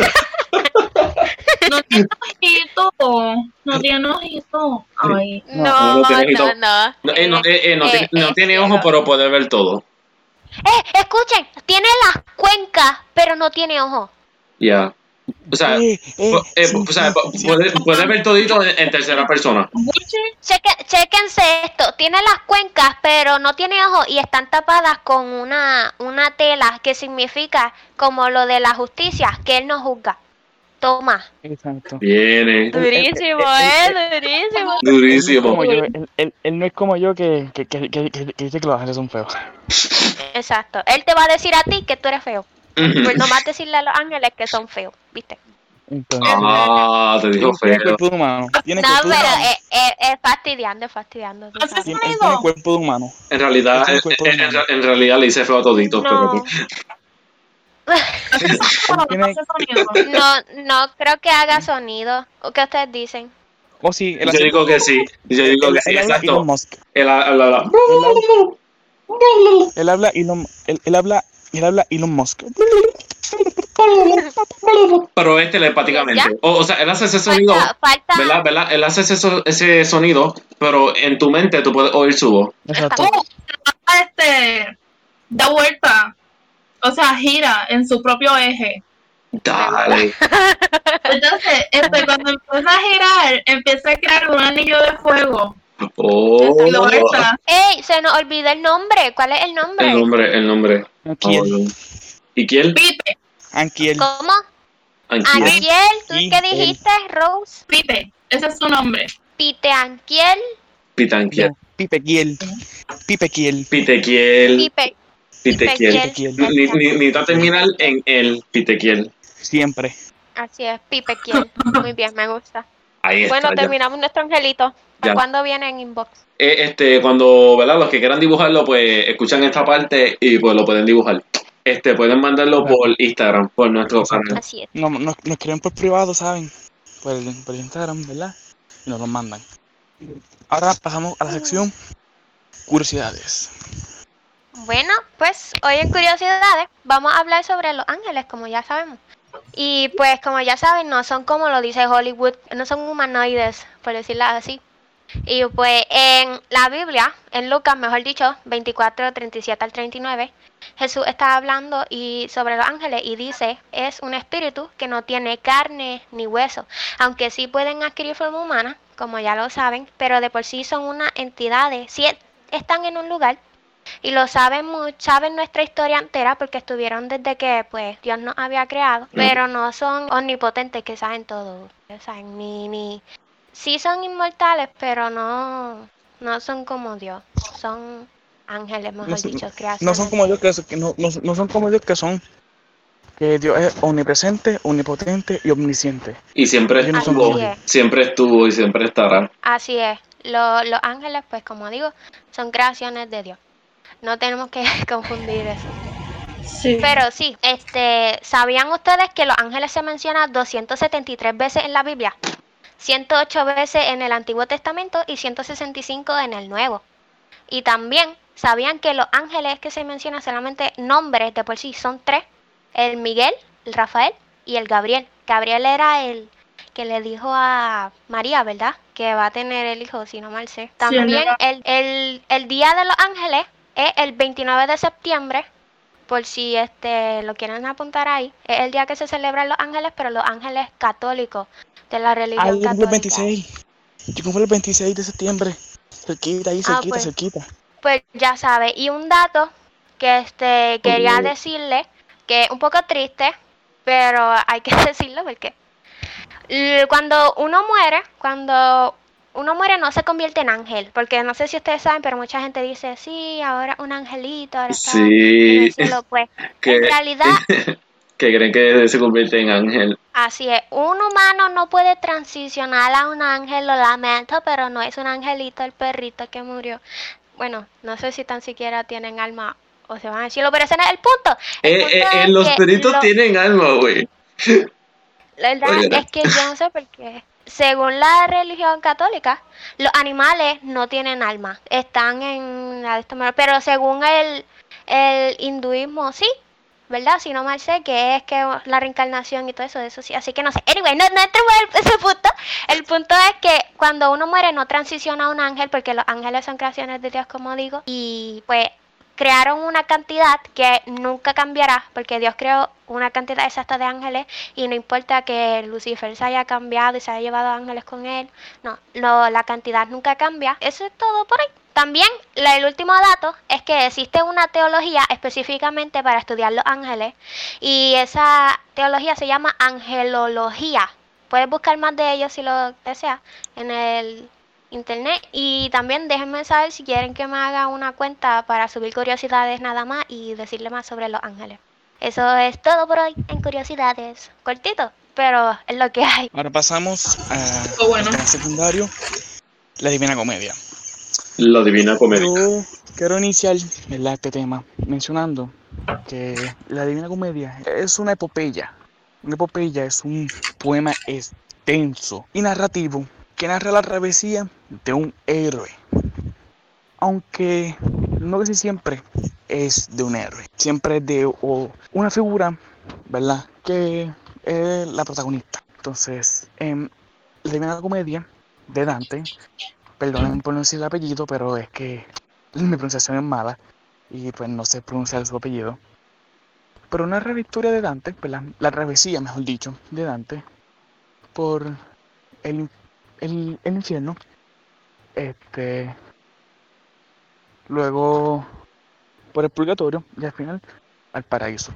No tiene ojito. No tiene ojito. Ay. No, no tiene ojito. no. No tiene ojo, pero puede ver todo. Escuchen, tiene las cuencas, pero no tiene ojo. Ya. O sea, Sí, puedes ver todito en tercera persona. Chéquense esto, tiene las cuencas pero no tiene ojos y están tapadas con una tela que significa como lo de la justicia, que él no juzga. Toma. exacto. Viene. Durísimo, durísimo. Durísimo. Él no es como yo que dice que los ángeles son feos. Exacto, él te va a decir a ti que tú eres feo. Pues nomás decirle a los ángeles que son feos, ¿viste? Entonces, Te dijo tiene feo. cuerpo de humano. Tiene No, cuerpo de pero humano. es fastidiando. tú sabes. Él tiene cuerpo de humano. En realidad, Él tiene cuerpo de humano. en realidad le hice feo a toditos, No. No creo que haga sonido. ¿O qué ustedes dicen? Oh, sí, él Yo digo que sí. Yo digo que sí, él habla exacto. Elon Musk. Él habla. Él habla Elon Musk. Pero es telepáticamente. ¿Ya? O sea, él hace ese sonido. Falta. ¿Verdad? Él hace ese sonido, pero en tu mente tú puedes oír su voz. Exacto. Da vuelta, o sea, gira en su propio eje. Dale. Entonces, cuando empieza a girar, empieza a crear un anillo de fuego. Oh. ¡Ey! Se nos olvidó el nombre. ¿Cuál es el nombre? El nombre. Anquiel. ¿Y quién? Pipe, Anquiel. ¿Cómo? Anquiel. Anquiel. ¿Tú Y qué dijiste, Rose? Pipe, ese es su nombre. Pite Anquiel. Pitanquiel. No, Pipequiel. Pitequiel. Pipe. Pitequiel. Ni va a terminar en el Pitequiel. Siempre. Así es, Pipequiel. Muy bien, me gusta. Ahí está. Bueno, ya. terminamos nuestro angelito. ¿Para Ya. cuándo viene en inbox? Cuando, ¿verdad? Los que quieran dibujarlo, pues escuchan esta parte y pues lo pueden dibujar. Pueden mandarlo por Instagram, por nuestro canal. Así es. Nos escriben por privado, ¿saben? Por Instagram, ¿verdad? Y nos lo mandan. Ahora pasamos a la sección curiosidades. Bueno, pues hoy en Curiosidades vamos a hablar sobre los ángeles, como ya sabemos. Y pues como ya saben, no son como lo dice Hollywood, no son humanoides, por decirlo así. Y pues en la Biblia, en Lucas, mejor dicho, 24, 37 al 39, Jesús está hablando sobre los ángeles y dice, es un espíritu que no tiene carne ni hueso, aunque sí pueden adquirir forma humana, como ya lo saben, pero de por sí son unas entidades, sí están en un lugar y lo saben nuestra historia entera porque estuvieron desde que pues Dios nos había creado, pero no son omnipotentes que saben todo, saben ni sí son inmortales, pero no son como Dios, son ángeles, mejor dicho, creaciones. No son como Dios no son como Dios que son. Que Dios es omnipresente, omnipotente y omnisciente. Y siempre estuvo y siempre estará. Así es. Los ángeles, pues como digo, son creaciones de Dios. No tenemos que confundir eso. Sí. Pero sí, ¿sabían ustedes que los ángeles se mencionan 273 veces en la Biblia? 108 veces en el Antiguo Testamento y 165 en el Nuevo. Y también, ¿sabían que los ángeles que se mencionan solamente nombres de por sí son 3? El Miguel, el Rafael y el Gabriel. Gabriel era el que le dijo a María, ¿verdad? Que va a tener el hijo, si no mal sé. También el Día de los Ángeles es el 29 de septiembre, por si lo quieren apuntar ahí. Es el día que se celebran los ángeles, pero los ángeles católicos de la religión Yo cumplo católica. el 26. Yo cumplo el 26 de septiembre. Cerquita, ahí, cerquita. Pues ya sabe. Y un dato que quería decirle, que es un poco triste, pero hay que decirlo porque cuando uno muere no se convierte en ángel, porque no sé si ustedes saben, pero mucha gente dice, sí, ahora un angelito, ahora está en el cielo, pues en realidad que creen que se convierte en ángel. Así es, un humano no puede transicionar a un ángel, lo lamento, pero no es un angelito el perrito que murió. Bueno, no sé si tan siquiera tienen alma o se van al cielo, pero ese no es el punto. Los perritos tienen alma, güey. La verdad es que yo no sé por qué. Según la religión católica, los animales no tienen alma, están en la pero según el hinduismo sí, ¿verdad? Si no mal sé, que es que la reencarnación y todo eso sí, así que no sé. Anyway, no entremos en ese punto. El punto es que cuando uno muere no transiciona a un ángel, porque los ángeles son creaciones de Dios, como digo, y pues crearon una cantidad que nunca cambiará, porque Dios creó una cantidad exacta de ángeles y no importa que Lucifer se haya cambiado y se haya llevado ángeles con él, no, la cantidad nunca cambia. Eso es todo por hoy. También el último dato es que existe una teología específicamente para estudiar los ángeles y esa teología se llama angelología. Puedes buscar más de ellos si lo deseas en el internet, y también déjenme saber si quieren que me haga una cuenta para subir curiosidades nada más y decirle más sobre los ángeles. Eso es todo por hoy en curiosidades. Cortito, pero es lo que hay. Ahora pasamos al tema secundario, la Divina Comedia. La Divina Comedia. Yo quiero iniciar este tema mencionando que la Divina Comedia es una epopeya. Una epopeya es un poema extenso y narrativo que narra la travesía de un héroe, aunque no casi siempre es de un héroe, siempre es de una figura, ¿verdad?, que es la protagonista. Entonces, la Divina Comedia de Dante, perdonen por no decir el apellido, pero es que mi pronunciación es mala y pues no sé pronunciar su apellido, pero narra la historia de Dante, ¿verdad?, la travesía, mejor dicho, de Dante por el infierno, luego por el purgatorio y al final al paraíso.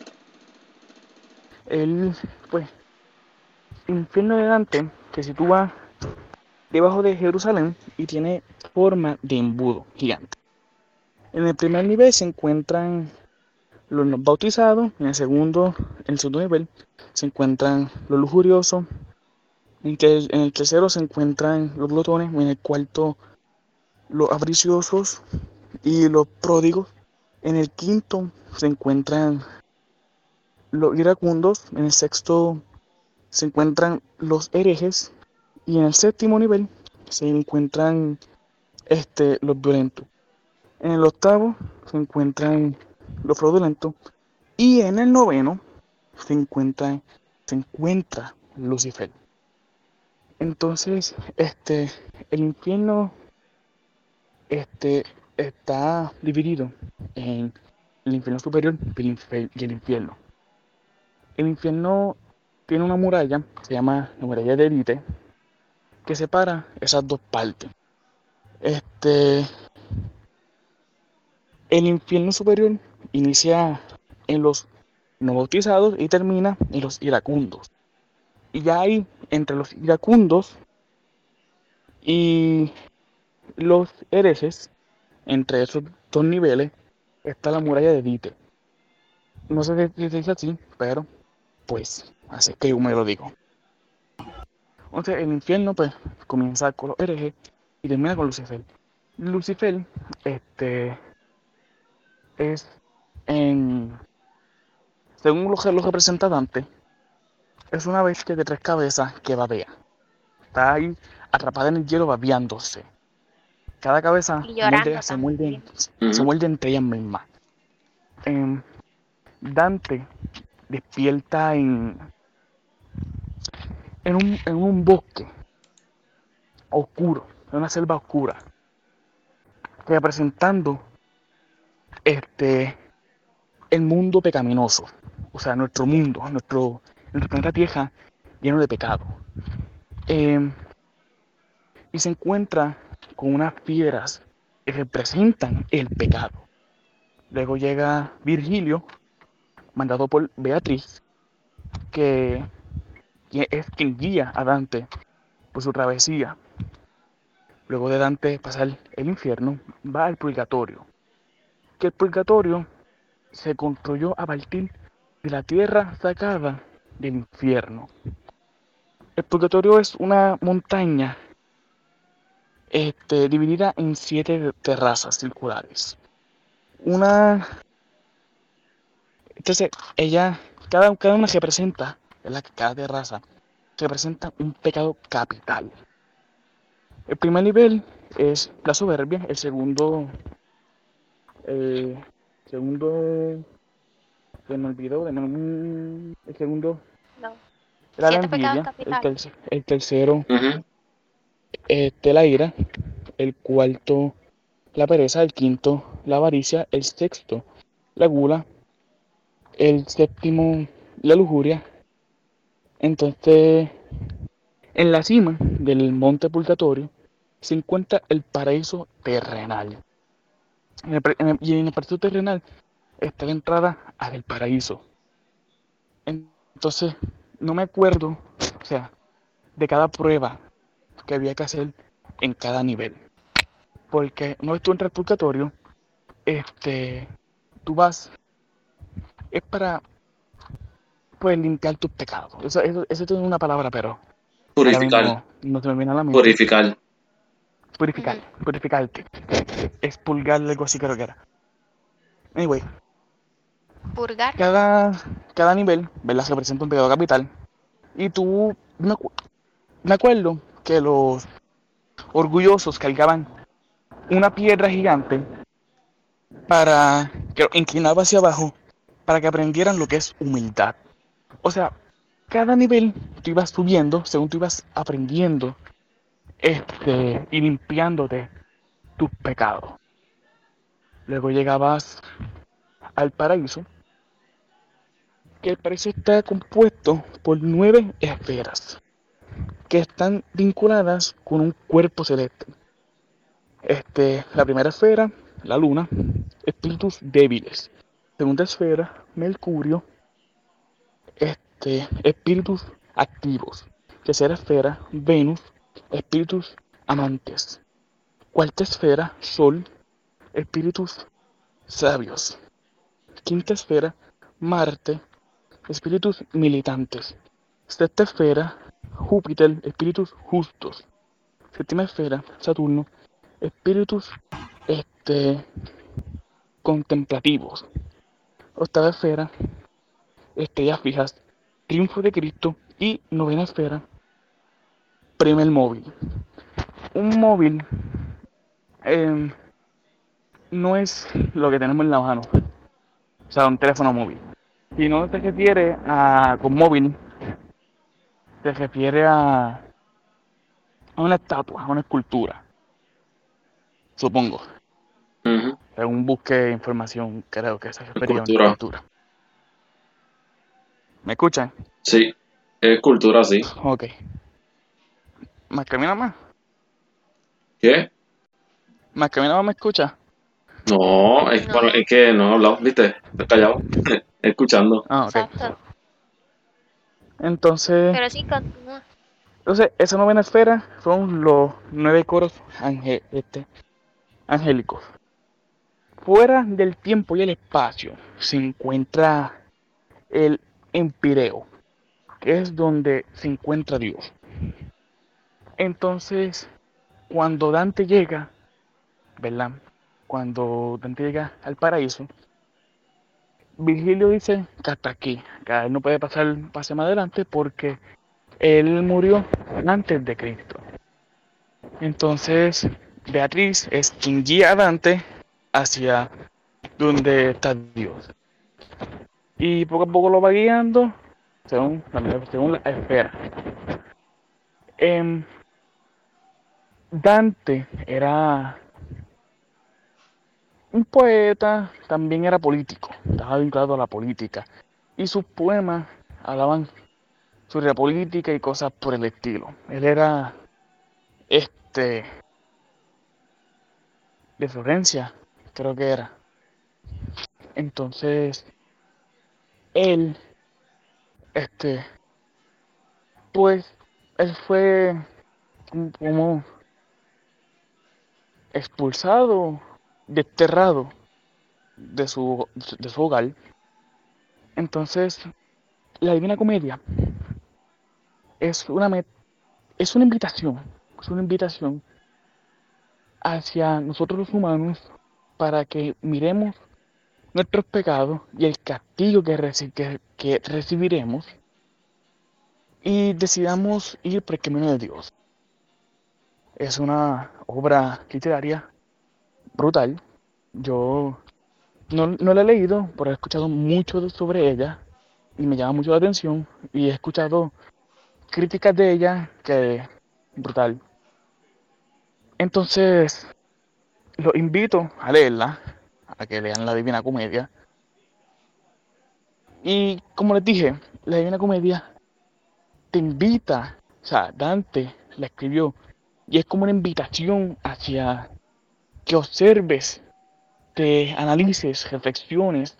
El infierno de Dante se sitúa debajo de Jerusalén y tiene forma de embudo gigante. En el primer nivel se encuentran los no bautizados, en el segundo nivel se encuentran los lujuriosos, en el tercero se encuentran los glotones, en el cuarto los avariciosos y los pródigos, en el quinto se encuentran los iracundos, en el sexto se encuentran los herejes y en el séptimo nivel se encuentran los violentos. En el octavo se encuentran los fraudulentos y en el noveno se encuentra Lucifer. Entonces, el infierno está dividido en el infierno superior y el infierno. El infierno tiene una muralla, se llama la muralla de Dite, que separa esas dos partes. El infierno superior inicia en los no bautizados y termina en los iracundos. Y ya hay entre los iracundos y los herejes, entre esos dos niveles, está la muralla de Dite. No sé si se dice así, pero pues así que yo me lo digo. Entonces el infierno pues comienza con los herejes y termina con Lucifer. Lucifer es según lo representa Dante, es una bestia de 3 cabezas que babea. Está ahí atrapada en el hielo babeándose. Cada cabeza se muerde entre ellas mismas. Dante despierta en un bosque oscuro, en una selva oscura, representando el mundo pecaminoso, o sea, nuestro mundo, nuestro planeta Tierra lleno de pecado. Y se encuentra con unas fieras que representan el pecado. Luego llega Virgilio, mandado por Beatriz, que es quien guía a Dante por su travesía. Luego de Dante pasar el infierno, va al purgatorio. Que el purgatorio se construyó a partir de la tierra sacada del infierno. El purgatorio es una montaña dividida en 7 terrazas circulares. Entonces, cada una representa, cada terraza representa un pecado capital. El primer nivel es la soberbia, el segundo se me olvidó, el segundo No. era la 7 pecados envidia, capitales. el tercero Uh-huh. la ira, el cuarto la pereza, el quinto la avaricia, el sexto, la gula, el séptimo, la lujuria. Entonces, en la cima del monte purgatorio se encuentra el paraíso terrenal. Y en el paraíso terrenal está la entrada al paraíso. Entonces, no me acuerdo, o sea, de cada prueba que había que hacer en cada nivel. Porque una vez tú entras al purgatorio, tú vas, es para, pues, limpiar tus pecados. Eso tiene una palabra, pero ahora Purificar, mismo no se me viene a la mente. purificar. Purificarte. Expulgar, algo así creo que era. Anyway, Purgar. cada nivel, ¿verdad? Representa un pecado capital. Y me acuerdo que los orgullosos cargaban una piedra gigante que inclinaba hacia abajo para que aprendieran lo que es humildad. O sea, cada nivel tú ibas subiendo según tú ibas aprendiendo y limpiándote tus pecados. Luego llegabas al paraíso, que el paraíso está compuesto por 9 esferas que están vinculadas con un cuerpo celeste. La primera esfera, la luna, espíritus débiles. Segunda esfera, Mercurio, espíritus activos. Tercera esfera, Venus, espíritus amantes. Cuarta esfera, Sol, espíritus sabios. Quinta esfera, Marte, espíritus militantes. Sexta esfera, Júpiter, espíritus justos. Séptima esfera, Saturno, espíritus contemplativos. Octava esfera, estrellas fijas, triunfo de Cristo. Y novena esfera, primer móvil. Un móvil no es lo que tenemos en la mano, o sea, un teléfono móvil. Si no se refiere con móvil, se refiere a una estatua, a una escultura, supongo. Ujú. Según busque información, creo que se refería a una Escultura. escultura. ¿Me escuchan? Sí, es cultura, sí. Ok. ¿Más que a mí nada más? ¿Qué? ¿Más que a mí nada más me escucha? No, No. bueno, es que no he hablado, ¿viste? Estoy callado, escuchando. Ah, ok. Exacto. Entonces, Pero sí, continúa. esa novena esfera son los 9 coros angélicos. Fuera del tiempo y el espacio se encuentra el empireo, que es donde se encuentra Dios. Entonces, cuando Dante llega, ¿verdad? Cuando Dante llega al paraíso, Virgilio dice que hasta aquí, que él no puede pasar más adelante porque él murió antes de Cristo. Entonces, Beatriz es quien guía a Dante hacia donde está Dios. Y poco a poco lo va guiando según la esfera. Dante era un poeta, también era político, estaba vinculado a la política. Y sus poemas hablaban sobre la política y cosas por el estilo. Él era de Florencia, creo que era. Entonces, él, pues, él fue como expulsado, desterrado de su hogar. Entonces, la Divina Comedia es una invitación hacia nosotros los humanos para que miremos nuestros pecados y el castigo que recibiremos y decidamos ir por el camino de Dios. Es una obra literaria brutal. Yo no la he leído, pero he escuchado mucho sobre ella y me llama mucho la atención y he escuchado críticas de ella que brutal. Entonces, los invito a leerla. a que lean la Divina Comedia. Y como les dije, la Divina Comedia te invita, o sea, Dante la escribió, y es como una invitación hacia que observes, te analices, reflexiones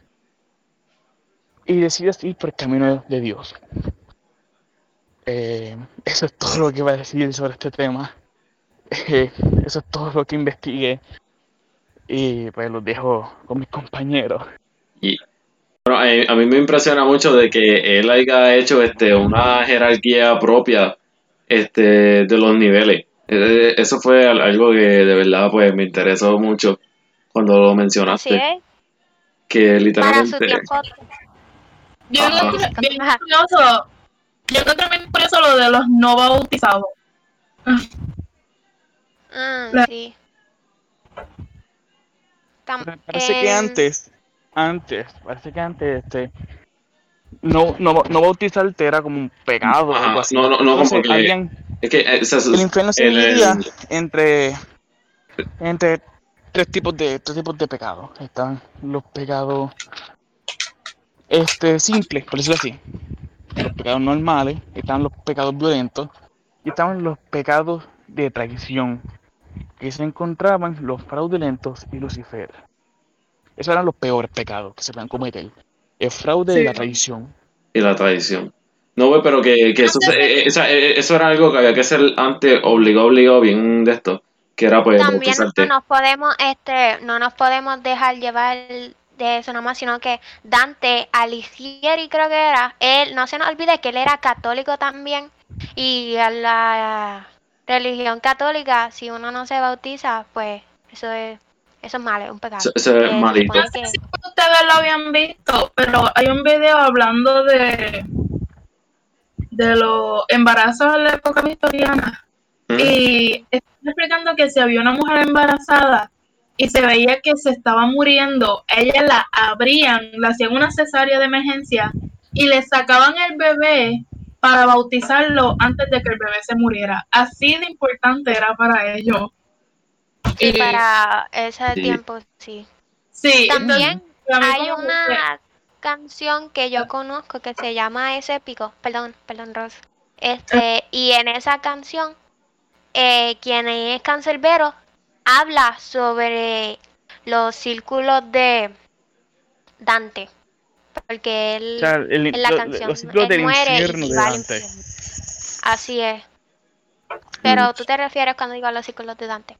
y decidas ir por el camino de Dios. Eso es todo lo que iba a decir sobre este tema. Eso es todo lo que investigué. Y pues los dejo con mis compañeros. Y bueno, a mí me impresiona mucho de que él haya hecho una jerarquía propia de los niveles. Eso fue algo que de verdad pues me interesó mucho cuando lo Así mencionaste. es. Que Para su literalmente... tiempo. Yo creo que bien Ajá. curioso. Yo creo que bien curioso lo de los no bautizados. Sí. Parece que antes, parece que antes, no bautizarte era como un pecado o Ajá, algo así. no, Entonces, como que... habían, Es que el infierno se dividía entre tres tipos de pecados. Estaban los pecados simples, por decirlo así. Los pecados normales, estaban los pecados violentos y estaban los pecados de traición, que se encontraban los fraudulentos y Lucifer. Esos eran los peores pecados que se pueden cometer. El fraude y la traición. Y la tradición. No, güey, pero que eso era algo que había que hacer antes, obligado, bien de esto. Que era pues También bautizarte. no nos podemos dejar llevar de eso nomás, sino que Dante Alighieri creo que era, él, no se nos olvide que él era católico también, y a la religión católica, si uno no se bautiza, pues eso es malo, es un pecado. Eso es malito. No sé si ustedes lo habían visto, pero hay un video hablando de los embarazos en la época victoriana. Y están explicando que si había una mujer embarazada y se veía que se estaba muriendo, ella la abrían, le hacían una cesárea de emergencia y le sacaban el bebé para bautizarlo antes de que el bebé se muriera. Así de importante era para ellos. Sí, para ese tiempo, sí. Sí. También entonces, hay una canción que yo conozco que se llama Es Épico, perdón, Ros. Y en esa canción, quien es cancerbero habla sobre los círculos de Dante, porque él, O sea, en la canción, los círculos del muere infierno y de va al Dante. infierno. Así es. Pero tú te refieres cuando digo a los círculos de Dante.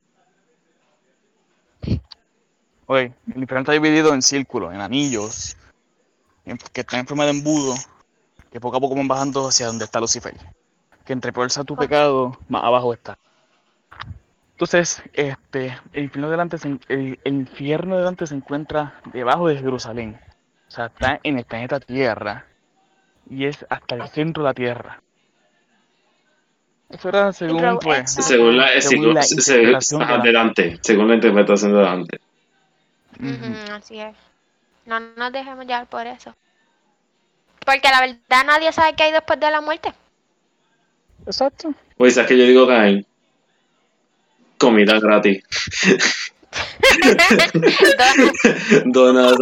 Oye, el infierno está dividido en círculos, en anillos, que están en forma de embudo, que poco a poco van bajando hacia donde está Lucifer. Que entre peor sea tu pecado, más abajo está. Entonces, el infierno de Dante se encuentra debajo de Jerusalén. O sea, está en el planeta Tierra. Y es hasta el centro de la Tierra. Eso era según, pues, según la interpretación de Dante. Según la interpretación de Dante. Así es. No nos dejemos llevar por eso. Porque la verdad nadie sabe qué hay después de la muerte. Exacto. Pues es que yo digo que hay comida gratis. Donas.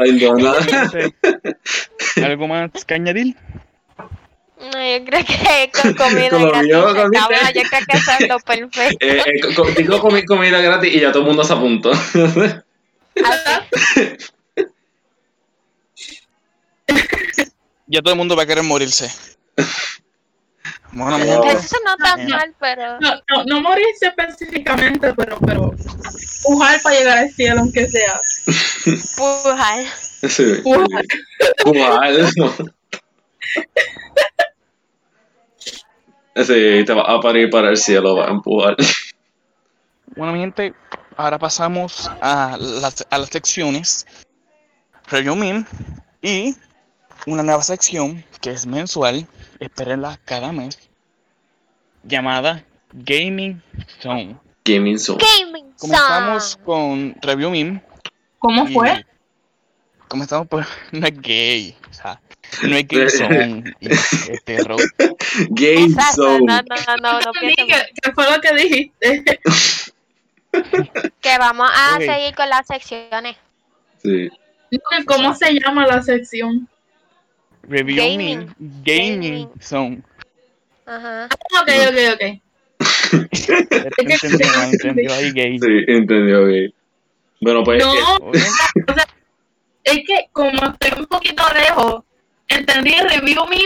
¿Algo más que añadir? No, yo creo que con comida gratis. Yo creo que eso es lo perfecto. Digo comida gratis y ya todo el mundo se apuntó. Ya todo el mundo va a querer morirse. Bueno, eso no está mal, pero... No morirse específicamente, pero pujar para llegar al cielo, aunque sea. Pujar. Sí. Pujar. Sí, te vas a parir para el cielo, vas a empujar. Bueno, mi gente, ahora pasamos a las secciones Review Meme y una nueva sección que es mensual, espérenla cada mes, llamada Gaming Zone. Comenzamos con Review Meme. ¿Cómo fue? Comenzamos por no es gay, o sea, no es Game Zone y Game Zone. No ¿Qué fue lo que dijiste? Que vamos a seguir con las secciones. Sí. ¿Cómo se llama la sección? Review Gaming. Me, Gaming Zone. Ajá. Ok. Entendió ahí gay. Sí, entendió bien. Bueno, pues. No, Oye, es que como estoy un poquito lejos, entendí review me.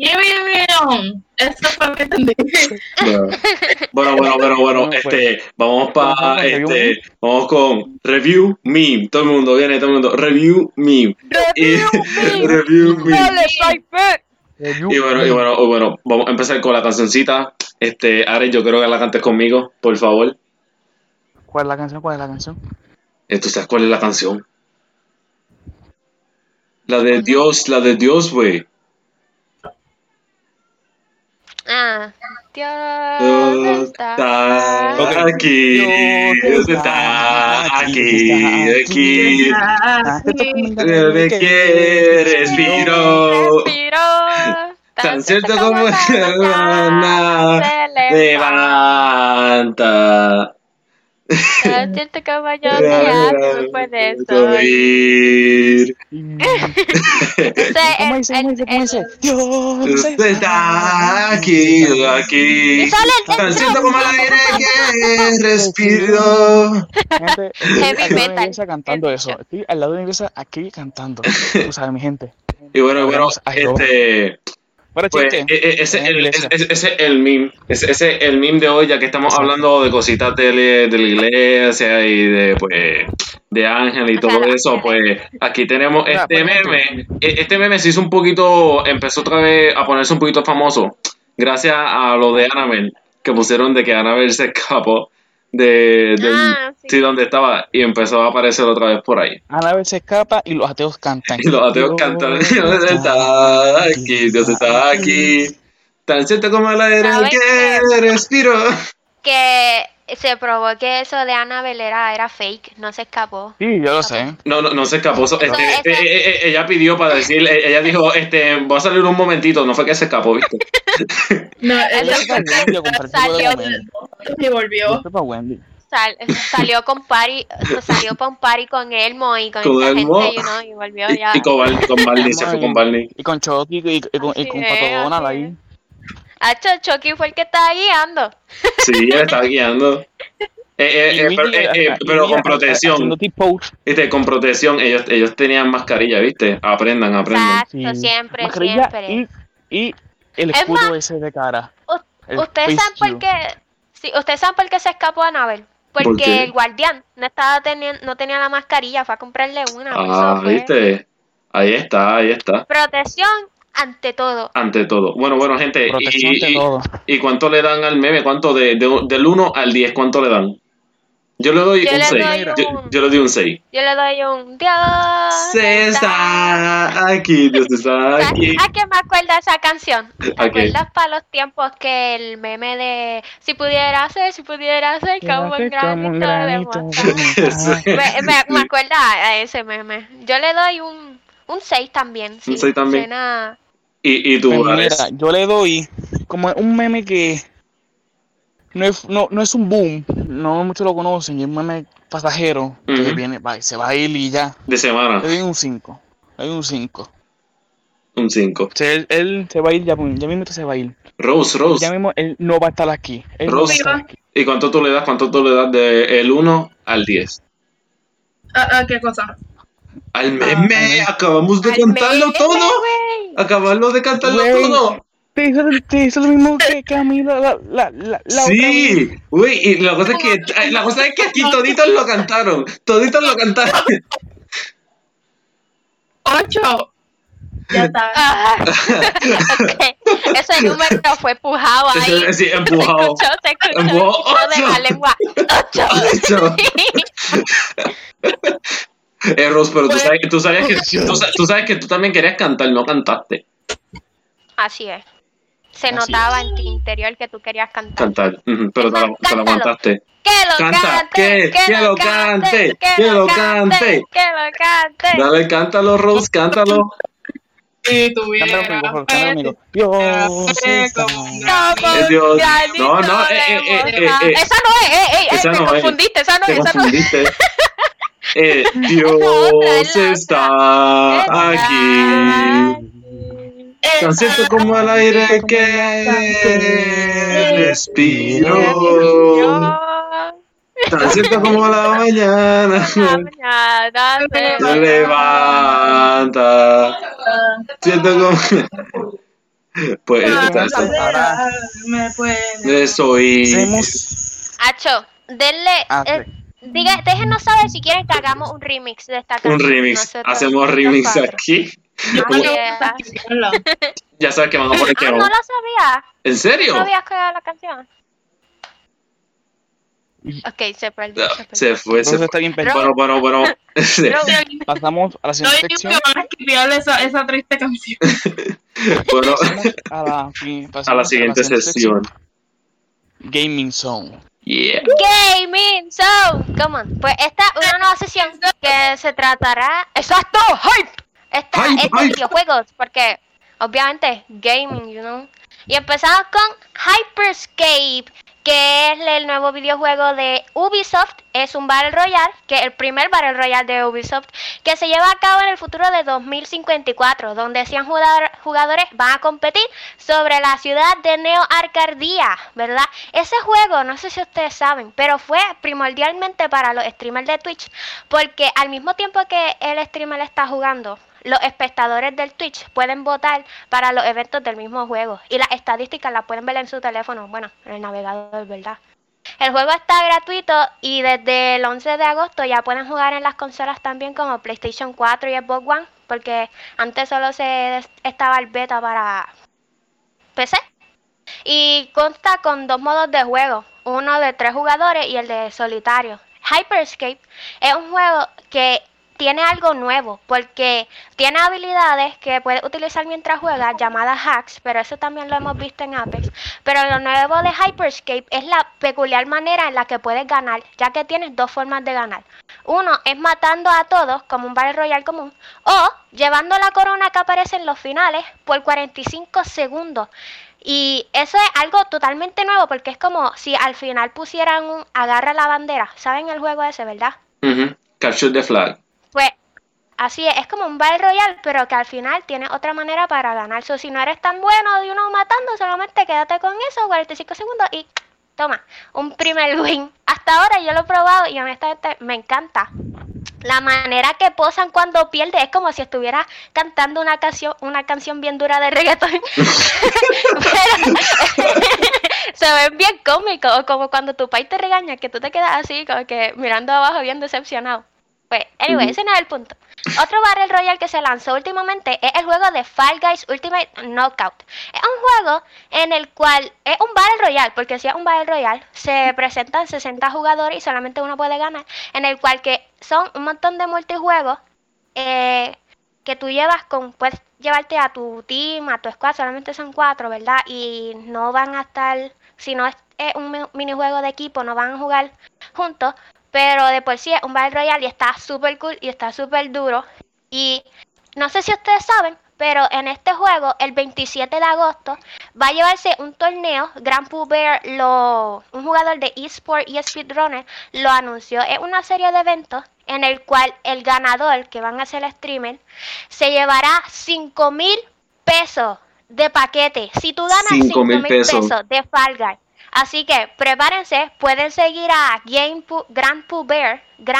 Eso fue lo que entendí. Bueno, Bueno, pues. vamos para Review me. vamos con Review Meme. Todo el mundo, viene todo el mundo. Review Meme. Review Meme. Dale, Cypher. Y bueno, vamos a empezar con la cancioncita. Ares, yo creo que la cantes conmigo, por favor. ¿Cuál es la canción? ¿Cuál es la canción? ¿Tú sabes cuál es la canción? La de Dios, güey. Dios está aquí. Dios está aquí. Me quiere, respiro. Tan cierto como la mañana se levanta. Tan cierto como yo te amo, no puedes oír. ¿Cómo dice? Dios Está aquí. Y sale el Tan cierto como el aire que respiro. Gente, Heavy al lado de la metal. iglesia cantando eso. Estoy al lado de la iglesia aquí cantando. Tú sabes, mi gente. Y bueno, Bueno, pues chiste. ese es el meme. Ese es el meme de hoy, ya que estamos hablando de cositas de la iglesia y de Ángel y todo eso. Pues aquí tenemos este meme. Este meme se hizo empezó otra vez a ponerse un poquito famoso gracias a lo de Annabelle, que pusieron de que Annabelle se escapó sí, donde estaba, y empezó a aparecer otra vez por ahí. Annabelle se escapa y los ateos cantan. Y los ateos cantan, Dios está aquí, tan cierto como el aire que respiro. Que se probó que eso de Annabelle era fake, no se escapó. Sí, yo lo sé. No se escapó. Ella pidió para decir, ella dijo, voy a salir un momentito, no fue que se escapó, ¿viste? No, Ella eso se fue a Wendy a comprar el jugo de Salió. comer. y volvió. Ella fue para Wendy. Salió para un party con Elmo y con Con esa Elmo. gente, y volvió ya. Y con Barney, se fue con Barney. Y con Chucky y con Así Pato es, Donald así ahí. Chucky fue el que estaba guiando. Sí, él estaba guiando. Pero con protección. Haciendo T-pose. ¿Viste? Con protección, ellos tenían mascarilla, ¿viste? Aprendan. Exacto, Sí. siempre. Y el Es escudo más, ese de cara. ¿Ustedes saben por qué? Sí, ¿ustedes saben por qué se escapó Annabelle? ¿Por Porque qué? el guardián no tenía la mascarilla, fue a comprarle una. Eso fue. ¿Viste? Ahí está. Protección ante todo. Ante todo. Bueno, gente. Protección ante todo. ¿Y cuánto le dan al meme? ¿Cuánto del 1 al 10? ¿Cuánto le dan? Yo le doy un 6. Yo le doy un 6. Yo le doy un Dios. Se está aquí, Dios está aquí. ¿A qué me acuerda esa canción? ¿Te ¿A qué? acuerdas para los tiempos que el meme de si pudiera ser como un granito de mostaza? Me acuerda a ese meme. Yo le doy un 6 también. Sí. Un 6 también. Suena... ¿Y tú, Pues Alex? mira, yo le doy como un meme que no es un boom, no muchos lo conocen, y es un meme pasajero que viene, se va a ir y ya. De semana. Le doy un 5. Le doy un 5. Un 5. Él se va a ir, ya mismo se va a ir. Rose. Ya mismo él no va a estar aquí. Él no va a Rose. estar aquí. ¿Y cuánto tú le das? ¿Cuánto tú le das del 1 al 10? ¿Qué cosa? Al meme, acabamos de cantarlo todo. Acabamos de cantarlo Güey. todo. Te hizo lo mismo que a mí la otra vez. Sí, güey, y la cosa es que aquí toditos lo cantaron. 8. Ya está. Okay. Ese número fue empujado ahí. Sí, empujado. Se escuchó Empujó. de la lengua. 8. Rose, pero tú sabes que tú también querías cantar, no cantaste. Así es. Se Así notaba en tu interior que tú querías cantar. Pero te la aguantaste. ¡Que lo Canta, cante! que lo cante, que lo cante. ¡Que lo cante! Dale, cántalo, Rose, cántalo. Si tuviera Cántalo, por favor, amigo. Dios está. Dios. No, Esa no es. Esa Te no es. confundiste. Esa no Te es. confundiste. Dios está aquí. Tan cierto como el aire que respiro. Tan cierto como la mañana se levanta. Cierto como. Pues eso y. Acho, denle. Déjenos saber si quieren que hagamos un remix de esta canción. Un remix. Hacemos remix aquí. Ya sabes que van a poner que no lo sabía. ¿En serio? ¿No sabías que era la canción? Ok, se perdió. Se fue. Está bien perdido. Bueno. Pasamos a la siguiente sección. Van a escribir esa triste canción. Bueno, a la siguiente sesión. Gaming Zone. Yeah. Gaming Zone. Come on. Pues esta es una nueva sesión que se tratará. ¡Exacto! ¡Hype! Esta es de videojuegos, porque obviamente gaming, you know. Y empezamos con Hyperscape, que es el nuevo videojuego de Ubisoft. Es un Battle Royale, que es el primer Battle Royale de Ubisoft, que se lleva a cabo en el futuro de 2054, donde 100 jugadores van a competir sobre la ciudad de Neo Arcadia, ¿verdad? Ese juego, no sé si ustedes saben, pero fue primordialmente para los streamers de Twitch, porque al mismo tiempo que el streamer está jugando, los espectadores del Twitch pueden votar para los eventos del mismo juego. Y las estadísticas las pueden ver en su teléfono, bueno, en el navegador, ¿verdad? El juego está gratuito y desde el 11 de agosto ya pueden jugar en las consolas también como PlayStation 4 y Xbox One. Porque antes solo estaba el beta para PC. Y consta con 2 modos de juego. Uno de 3 jugadores y el de solitario. Hyperscape es un juego que tiene algo nuevo, porque tiene habilidades que puedes utilizar mientras juegas, llamadas hacks, pero eso también lo hemos visto en Apex. Pero lo nuevo de Hyperscape es la peculiar manera en la que puedes ganar, ya que tienes 2 formas de ganar. Uno es matando a todos, como un Battle Royale común, o llevando la corona que aparece en los finales por 45 segundos. Y eso es algo totalmente nuevo, porque es como si al final pusieran un agarra la bandera. ¿Saben el juego ese, verdad? Capture the flag. Pues así es como un Battle Royale, pero que al final tiene otra manera para ganar. So, si no eres tan bueno de uno matando, solamente quédate con eso, 45 segundos y toma, un primer win. Hasta ahora yo lo he probado y honestamente me encanta. La manera que posan cuando pierde es como si estuviera cantando una canción bien dura de reggaetón. Se ven bien cómicos, o como cuando tu país te regaña, que tú te quedas así, como que mirando abajo bien decepcionado. Pues, anyway, ese no es el punto. Otro Battle Royale que se lanzó últimamente es el juego de Fall Guys Ultimate Knockout. Es un juego en el cual es un Battle Royale, porque si es un Battle Royale, se presentan 60 jugadores y solamente uno puede ganar, en el cual que son un montón de multijuegos que tú puedes llevarte a tu team, a tu squad, solamente son 4, ¿verdad? Y no van a estar, si no es un minijuego de equipo, no van a jugar juntos. Pero de por sí es un Battle Royale y está súper cool y está súper duro. Y no sé si ustedes saben, pero en este juego, el 27 de agosto, va a llevarse un torneo. Grand Pooh Bear, un jugador de eSport y Speedrunner, lo anunció. Es una serie de eventos en el cual el ganador, que van a ser streamer, se llevará 5,000 pesos de paquete. Si tú ganas 5,000 pesos de Fall Guys. Así que prepárense, pueden seguir a Grand Pooh Bear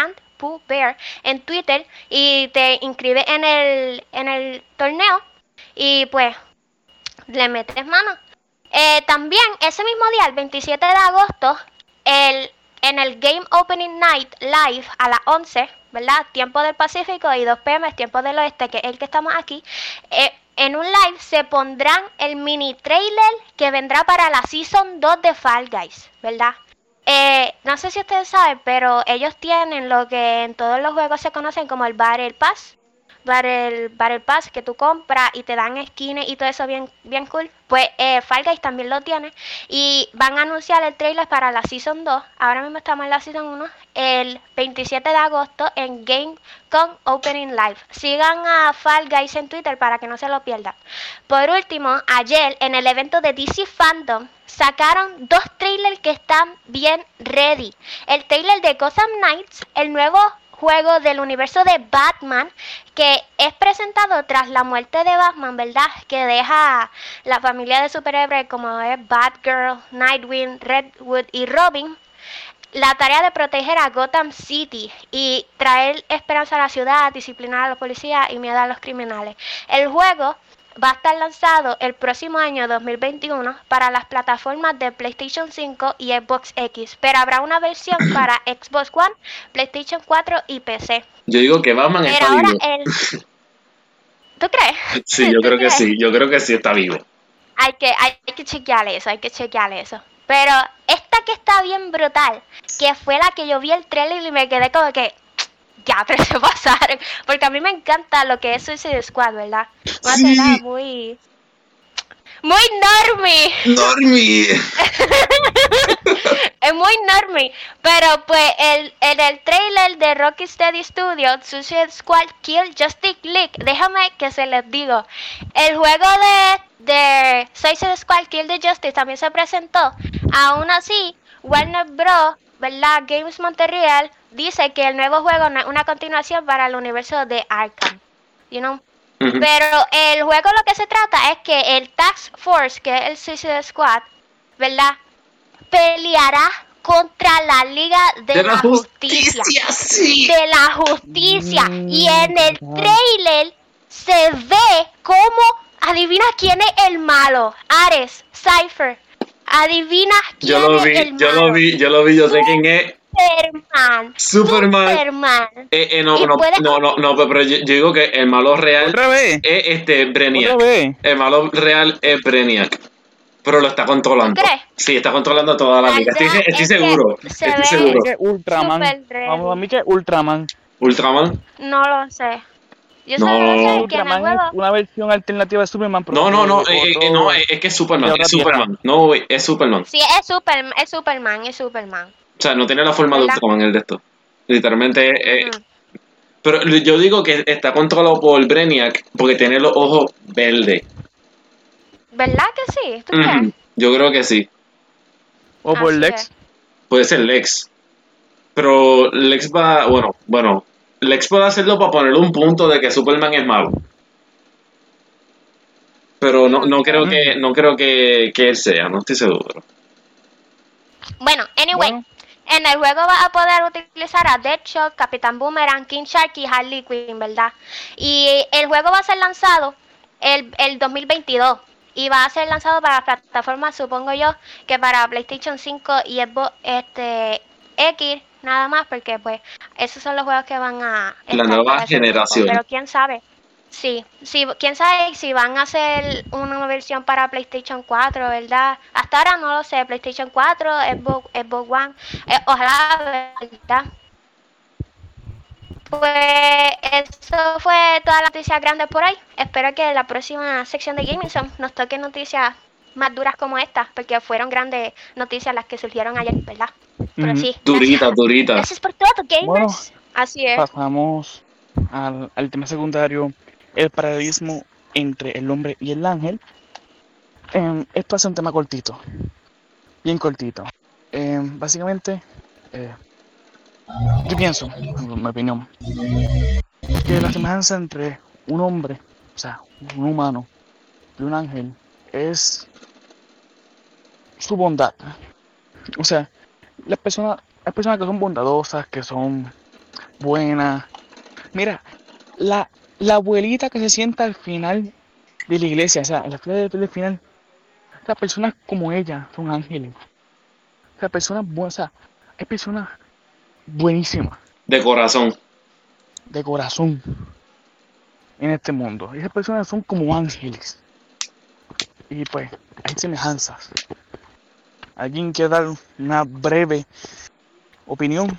en Twitter y te inscribes en el torneo y pues le metes mano. También ese mismo día, el 27 de agosto, en el Game Opening Night Live a las 11, ¿verdad? Tiempo del Pacífico y 2 p.m. tiempo del Oeste, que es el que estamos aquí. En un live se pondrán el mini trailer que vendrá para la Season 2 de Fall Guys, ¿verdad? No sé si ustedes saben, pero ellos tienen lo que en todos los juegos se conocen como el Battle Pass. Battle Pass que tú compras y te dan skins y todo eso bien cool. Pues Fall Guys también lo tiene. Y van a anunciar el trailer para la Season 2. Ahora mismo estamos en la Season 1. El 27 de agosto en GameCon Opening Live. Sigan a Fall Guys en Twitter para que no se lo pierdan. Por último, ayer en el evento de DC Fandom sacaron 2 trailers que están bien ready. El trailer de Gotham Knights, el nuevo juego del universo de Batman que es presentado tras la muerte de Batman, ¿verdad? Que deja la familia de superhéroes como es Batgirl, Nightwing, Redwood y Robin la tarea de proteger a Gotham City y traer esperanza a la ciudad, disciplinar a los policías y miedo a los criminales. El juego va a estar lanzado el próximo año 2021 para las plataformas de PlayStation 5 y Xbox X, pero habrá una versión para Xbox One, PlayStation 4 y PC. Yo digo que Batman Pero está ahora vivo. ¿Tú crees? Sí, yo creo que sí. Yo creo que sí está vivo. Hay que chequearle eso. Pero esta que está bien brutal, que fue la que yo vi el trailer y me quedé como que ya, pero se pasaron. Porque a mí me encanta lo que es Suicide Squad, ¿verdad? No hace Sí. nada muy normie. Normie. Es muy normie. Pero pues en el trailer de Rocksteady Studios, Suicide Squad Kill Justice League, déjame que se les digo. El juego de Suicide Squad Kill the Justice también se presentó. Aún así, Warner Bros., ¿verdad? Games Montreal dice que el nuevo juego no es una continuación para el universo de Arkham. You know? Ujú. Pero el juego lo que se trata es que el Task Force, que es el Suicide Squad, ¿verdad? Peleará contra la Liga de la Justicia. Sí. De la Justicia. Y en el trailer se ve cómo, adivina quién es el malo. Ares, Cypher. Adivina quién Yo lo es el vi, malo. yo lo vi, yo sé quién es. Superman. No, pero yo digo que el malo real Otra vez. es Brainiac. Otra vez. El malo real es Brainiac. Pero lo está controlando. ¿Tú crees? Sí, está controlando toda la liga. ¿Verdad? Estoy Es que seguro. se Estoy ve- seguro. Que Ultraman. Super ready. Vamos a mí que Ultraman. Ultraman. No lo sé. Yo No. solo sé que en el Ultraman juego... es una versión alternativa de Superman. pero No, de otro- es que es Superman. de otra Es Superman. No, güey, es Superman. Sí, es Superman. O sea, no tiene la forma de ¿Verdad? Ultraman el de esto. Literalmente. Ujú. Pero yo digo que está controlado por Brainiac porque tiene los ojos verdes. ¿Verdad que sí? ¿Tú crees? Ujú. Yo creo que sí. O por Así Lex. es. Puede ser Lex. Pero Lex va. Bueno. Lex puede hacerlo para ponerle un punto de que Superman es malo. Pero no creo que él sea, no estoy seguro. Bueno, anyway. Bueno. En el juego vas a poder utilizar a Deadshot, Capitán Boomerang, King Shark y Harley Quinn, ¿verdad? Y el juego va a ser lanzado el 2022. Y va a ser lanzado para plataformas, supongo yo, que para PlayStation 5 y Xbox X, nada más, porque pues esos son los juegos que van a estar nueva para ese generación. tiempo. Pero quién sabe. Sí, quién sabe si van a hacer una versión para PlayStation 4, ¿verdad? Hasta ahora no lo sé, PlayStation 4, Xbox One, ojalá, ¿verdad? Pues eso fue toda la noticia grande por hoy. Espero que en la próxima sección de Gaming Zone nos toque noticias más duras como estas, porque fueron grandes noticias las que surgieron ayer, ¿verdad? Pero Ujú. sí, Durita. gracias por todo, gamers. Bueno, Así es. Pasamos al tema secundario, el paralelismo entre el hombre y el ángel. Esto hace un tema cortito, bien cortito. Básicamente, yo pienso, en mi opinión, que la semejanza entre un hombre, o sea, un humano, y un ángel es su bondad. O sea, las personas que son bondadosas, que son buenas. Mira, la abuelita que se sienta al final de la iglesia, o sea, en la fila del final, las personas como ella son ángeles. O sea, personas buenas, o sea, hay personas buenísimas, De corazón. de corazón, en este mundo. Y esas personas son como ángeles. Y pues, hay semejanzas. ¿Alguien quiere dar una breve opinión?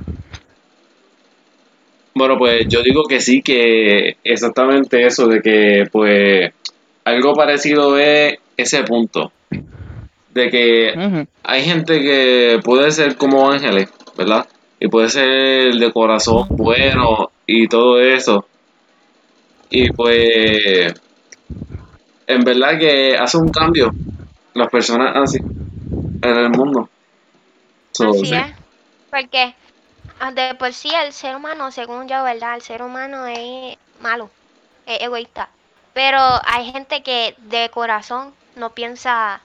Bueno, pues yo digo que sí, que exactamente eso, de que pues algo parecido es ese punto. De que Ujú. hay gente que puede ser como ángeles, ¿verdad? Y puede ser de corazón bueno y todo eso. Y pues en verdad que hace un cambio las personas así en el mundo. So, Así sí. es. Porque De por sí el ser humano, según yo, ¿verdad? El ser humano es malo, es egoísta. Pero hay gente que de corazón no piensa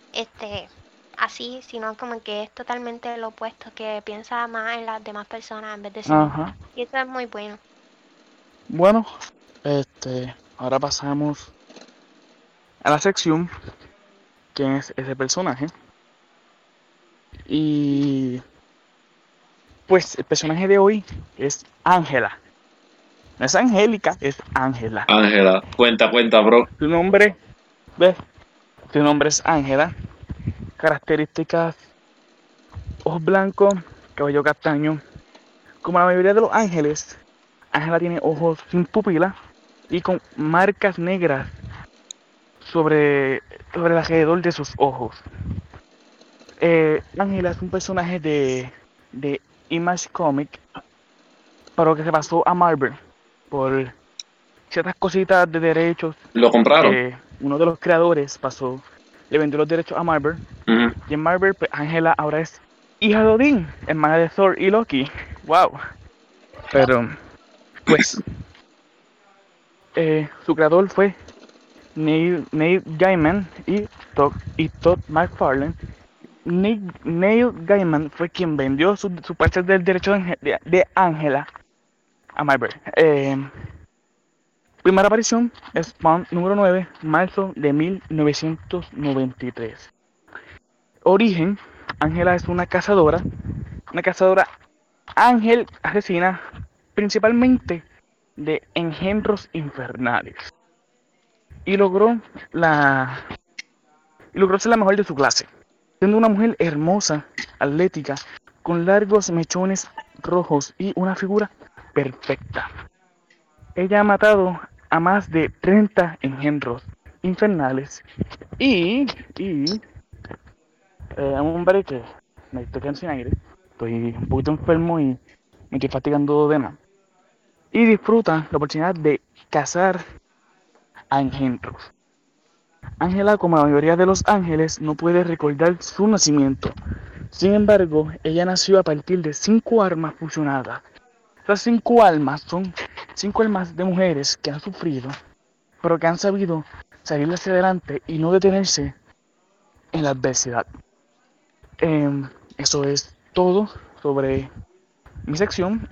así, sino como que es totalmente lo opuesto, que piensa más en las demás personas en vez de sí mismo. Ajá. Y eso es muy bueno. Bueno, ahora pasamos a la sección quién es ese personaje. Y pues el personaje de hoy es Ángela. No es Angélica, es Ángela. Ángela, cuenta, bro. Su nombre, ¿ves? Su nombre es Ángela. Características: ojos blancos, cabello castaño. Como la mayoría de los ángeles, Ángela tiene ojos sin pupila y con marcas negras sobre el alrededor de sus ojos. Ángela es un personaje de Image Comic, pero que se pasó a Marvel por ciertas cositas de derechos. ¿Lo compraron? Uno de los creadores le vendió los derechos a Marvel. Ujú. Y en Marvel, pues, Ángela ahora es hija de Odín, hermana de Thor y Loki. ¡Wow! Pero, pues, su creador fue Neil Gaiman y Todd McFarlane. Neil Gaiman fue quien vendió su parte del derecho de Ángela a Marvel. Primera aparición, Spawn número 9, marzo de 1993. Origen: Ángela es una cazadora ángel asesina principalmente de engendros infernales. Y logró ser la mejor de su clase, siendo una mujer hermosa, atlética, con largos mechones rojos y una figura perfecta. Ella ha matado a más de 30 engendros infernales y un hombre que me estoy quedando sin aire, estoy un poquito enfermo y me estoy fatigando de más, y disfruta la oportunidad de cazar a engendros. Ángela, como la mayoría de los ángeles, no puede recordar su nacimiento. Sin embargo, ella nació a partir de 5 almas fusionadas. Esas 5 almas son 5 almas de mujeres que han sufrido, pero que han sabido salir hacia adelante y no detenerse en la adversidad. Eso es todo sobre mi sección.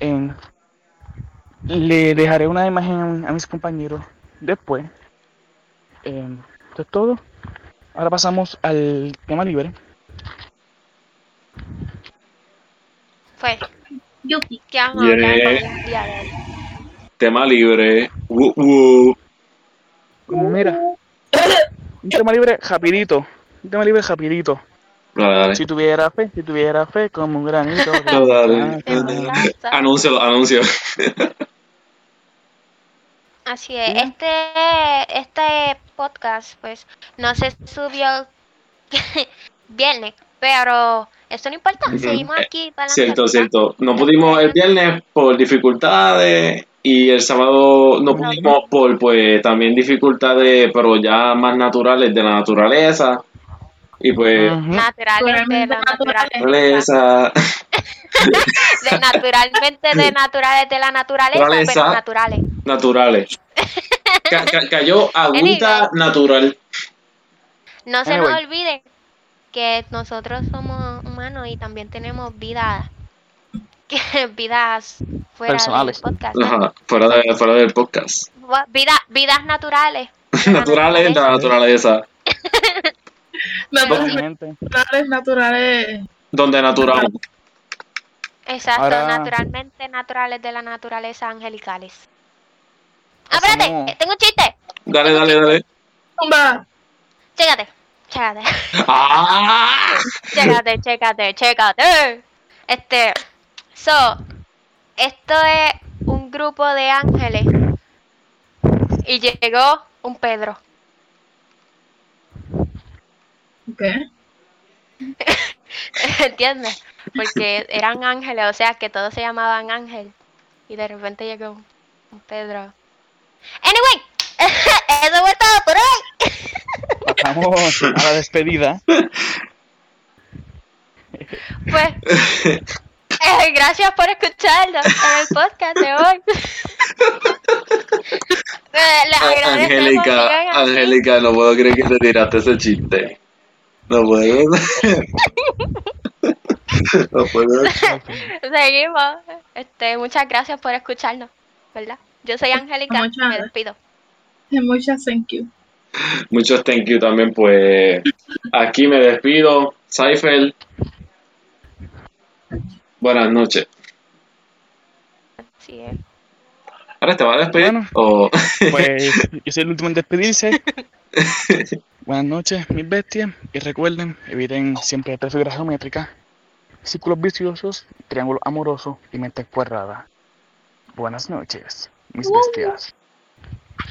Le dejaré una imagen a mis compañeros después. Esto es todo. Ahora pasamos al tema libre. Pues, Yuki. ¿qué vamos a hablar Yeah. el día de hoy? Tema libre. Mira, un tema libre rapidito. Dale. Si tuviera fe, como un granito. Dale. Anuncio. Así es. Este podcast, pues, no se subió viernes, pero eso no importa. Ujú. Seguimos aquí para adelante. Cierto. No pudimos el viernes por dificultades y el sábado no pudimos por, pues, también dificultades, pero ya más naturales de la naturaleza. Y pues, Naturales de la naturaleza. naturaleza. Naturalmente de naturales de la naturaleza, pero naturales. Cayó agüita natural. No se nos Anyway. olvide que nosotros somos humanos y también tenemos vidas fuera Personales. del podcast. Ajá, fuera del podcast. Vidas naturales. de la Naturales de la naturaleza. Naturales. Donde naturamos. Exacto, Ahora- naturalmente naturales de la naturaleza angelicales. Pasamos- Espérate, tengo un chiste. Dale. Tumba. Chécate. ¡Ah! Chécate. Esto es un grupo de ángeles y llegó un Pedro. ¿Qué? ¿Entiendes? Porque eran ángeles, o sea que todos se llamaban Ángel y de repente llegó un Pedro. Anyway, eso fue todo por hoy. Pasamos a la despedida. Pues Gracias por escucharnos en el podcast de hoy. Les agradecemos, sigan así. Angélica, no puedo creer que te tiraste ese chiste. No puedo. No puedo. Seguimos. Muchas gracias por escucharnos, ¿verdad? Yo soy Angélica, Muchas me despido. Muchas thank you. Muchos thank you también, pues. Aquí me despido. Seifel. Buenas noches. Así es. ¿Ahora te vas a despedir? Bueno. ¿O? Pues yo soy el último en despedirse. Buenas noches, mis bestias. Y recuerden, eviten siempre tres figuras geométricas, círculos viciosos, triángulos amorosos y mentes cuadradas. Buenas noches, mis bestias.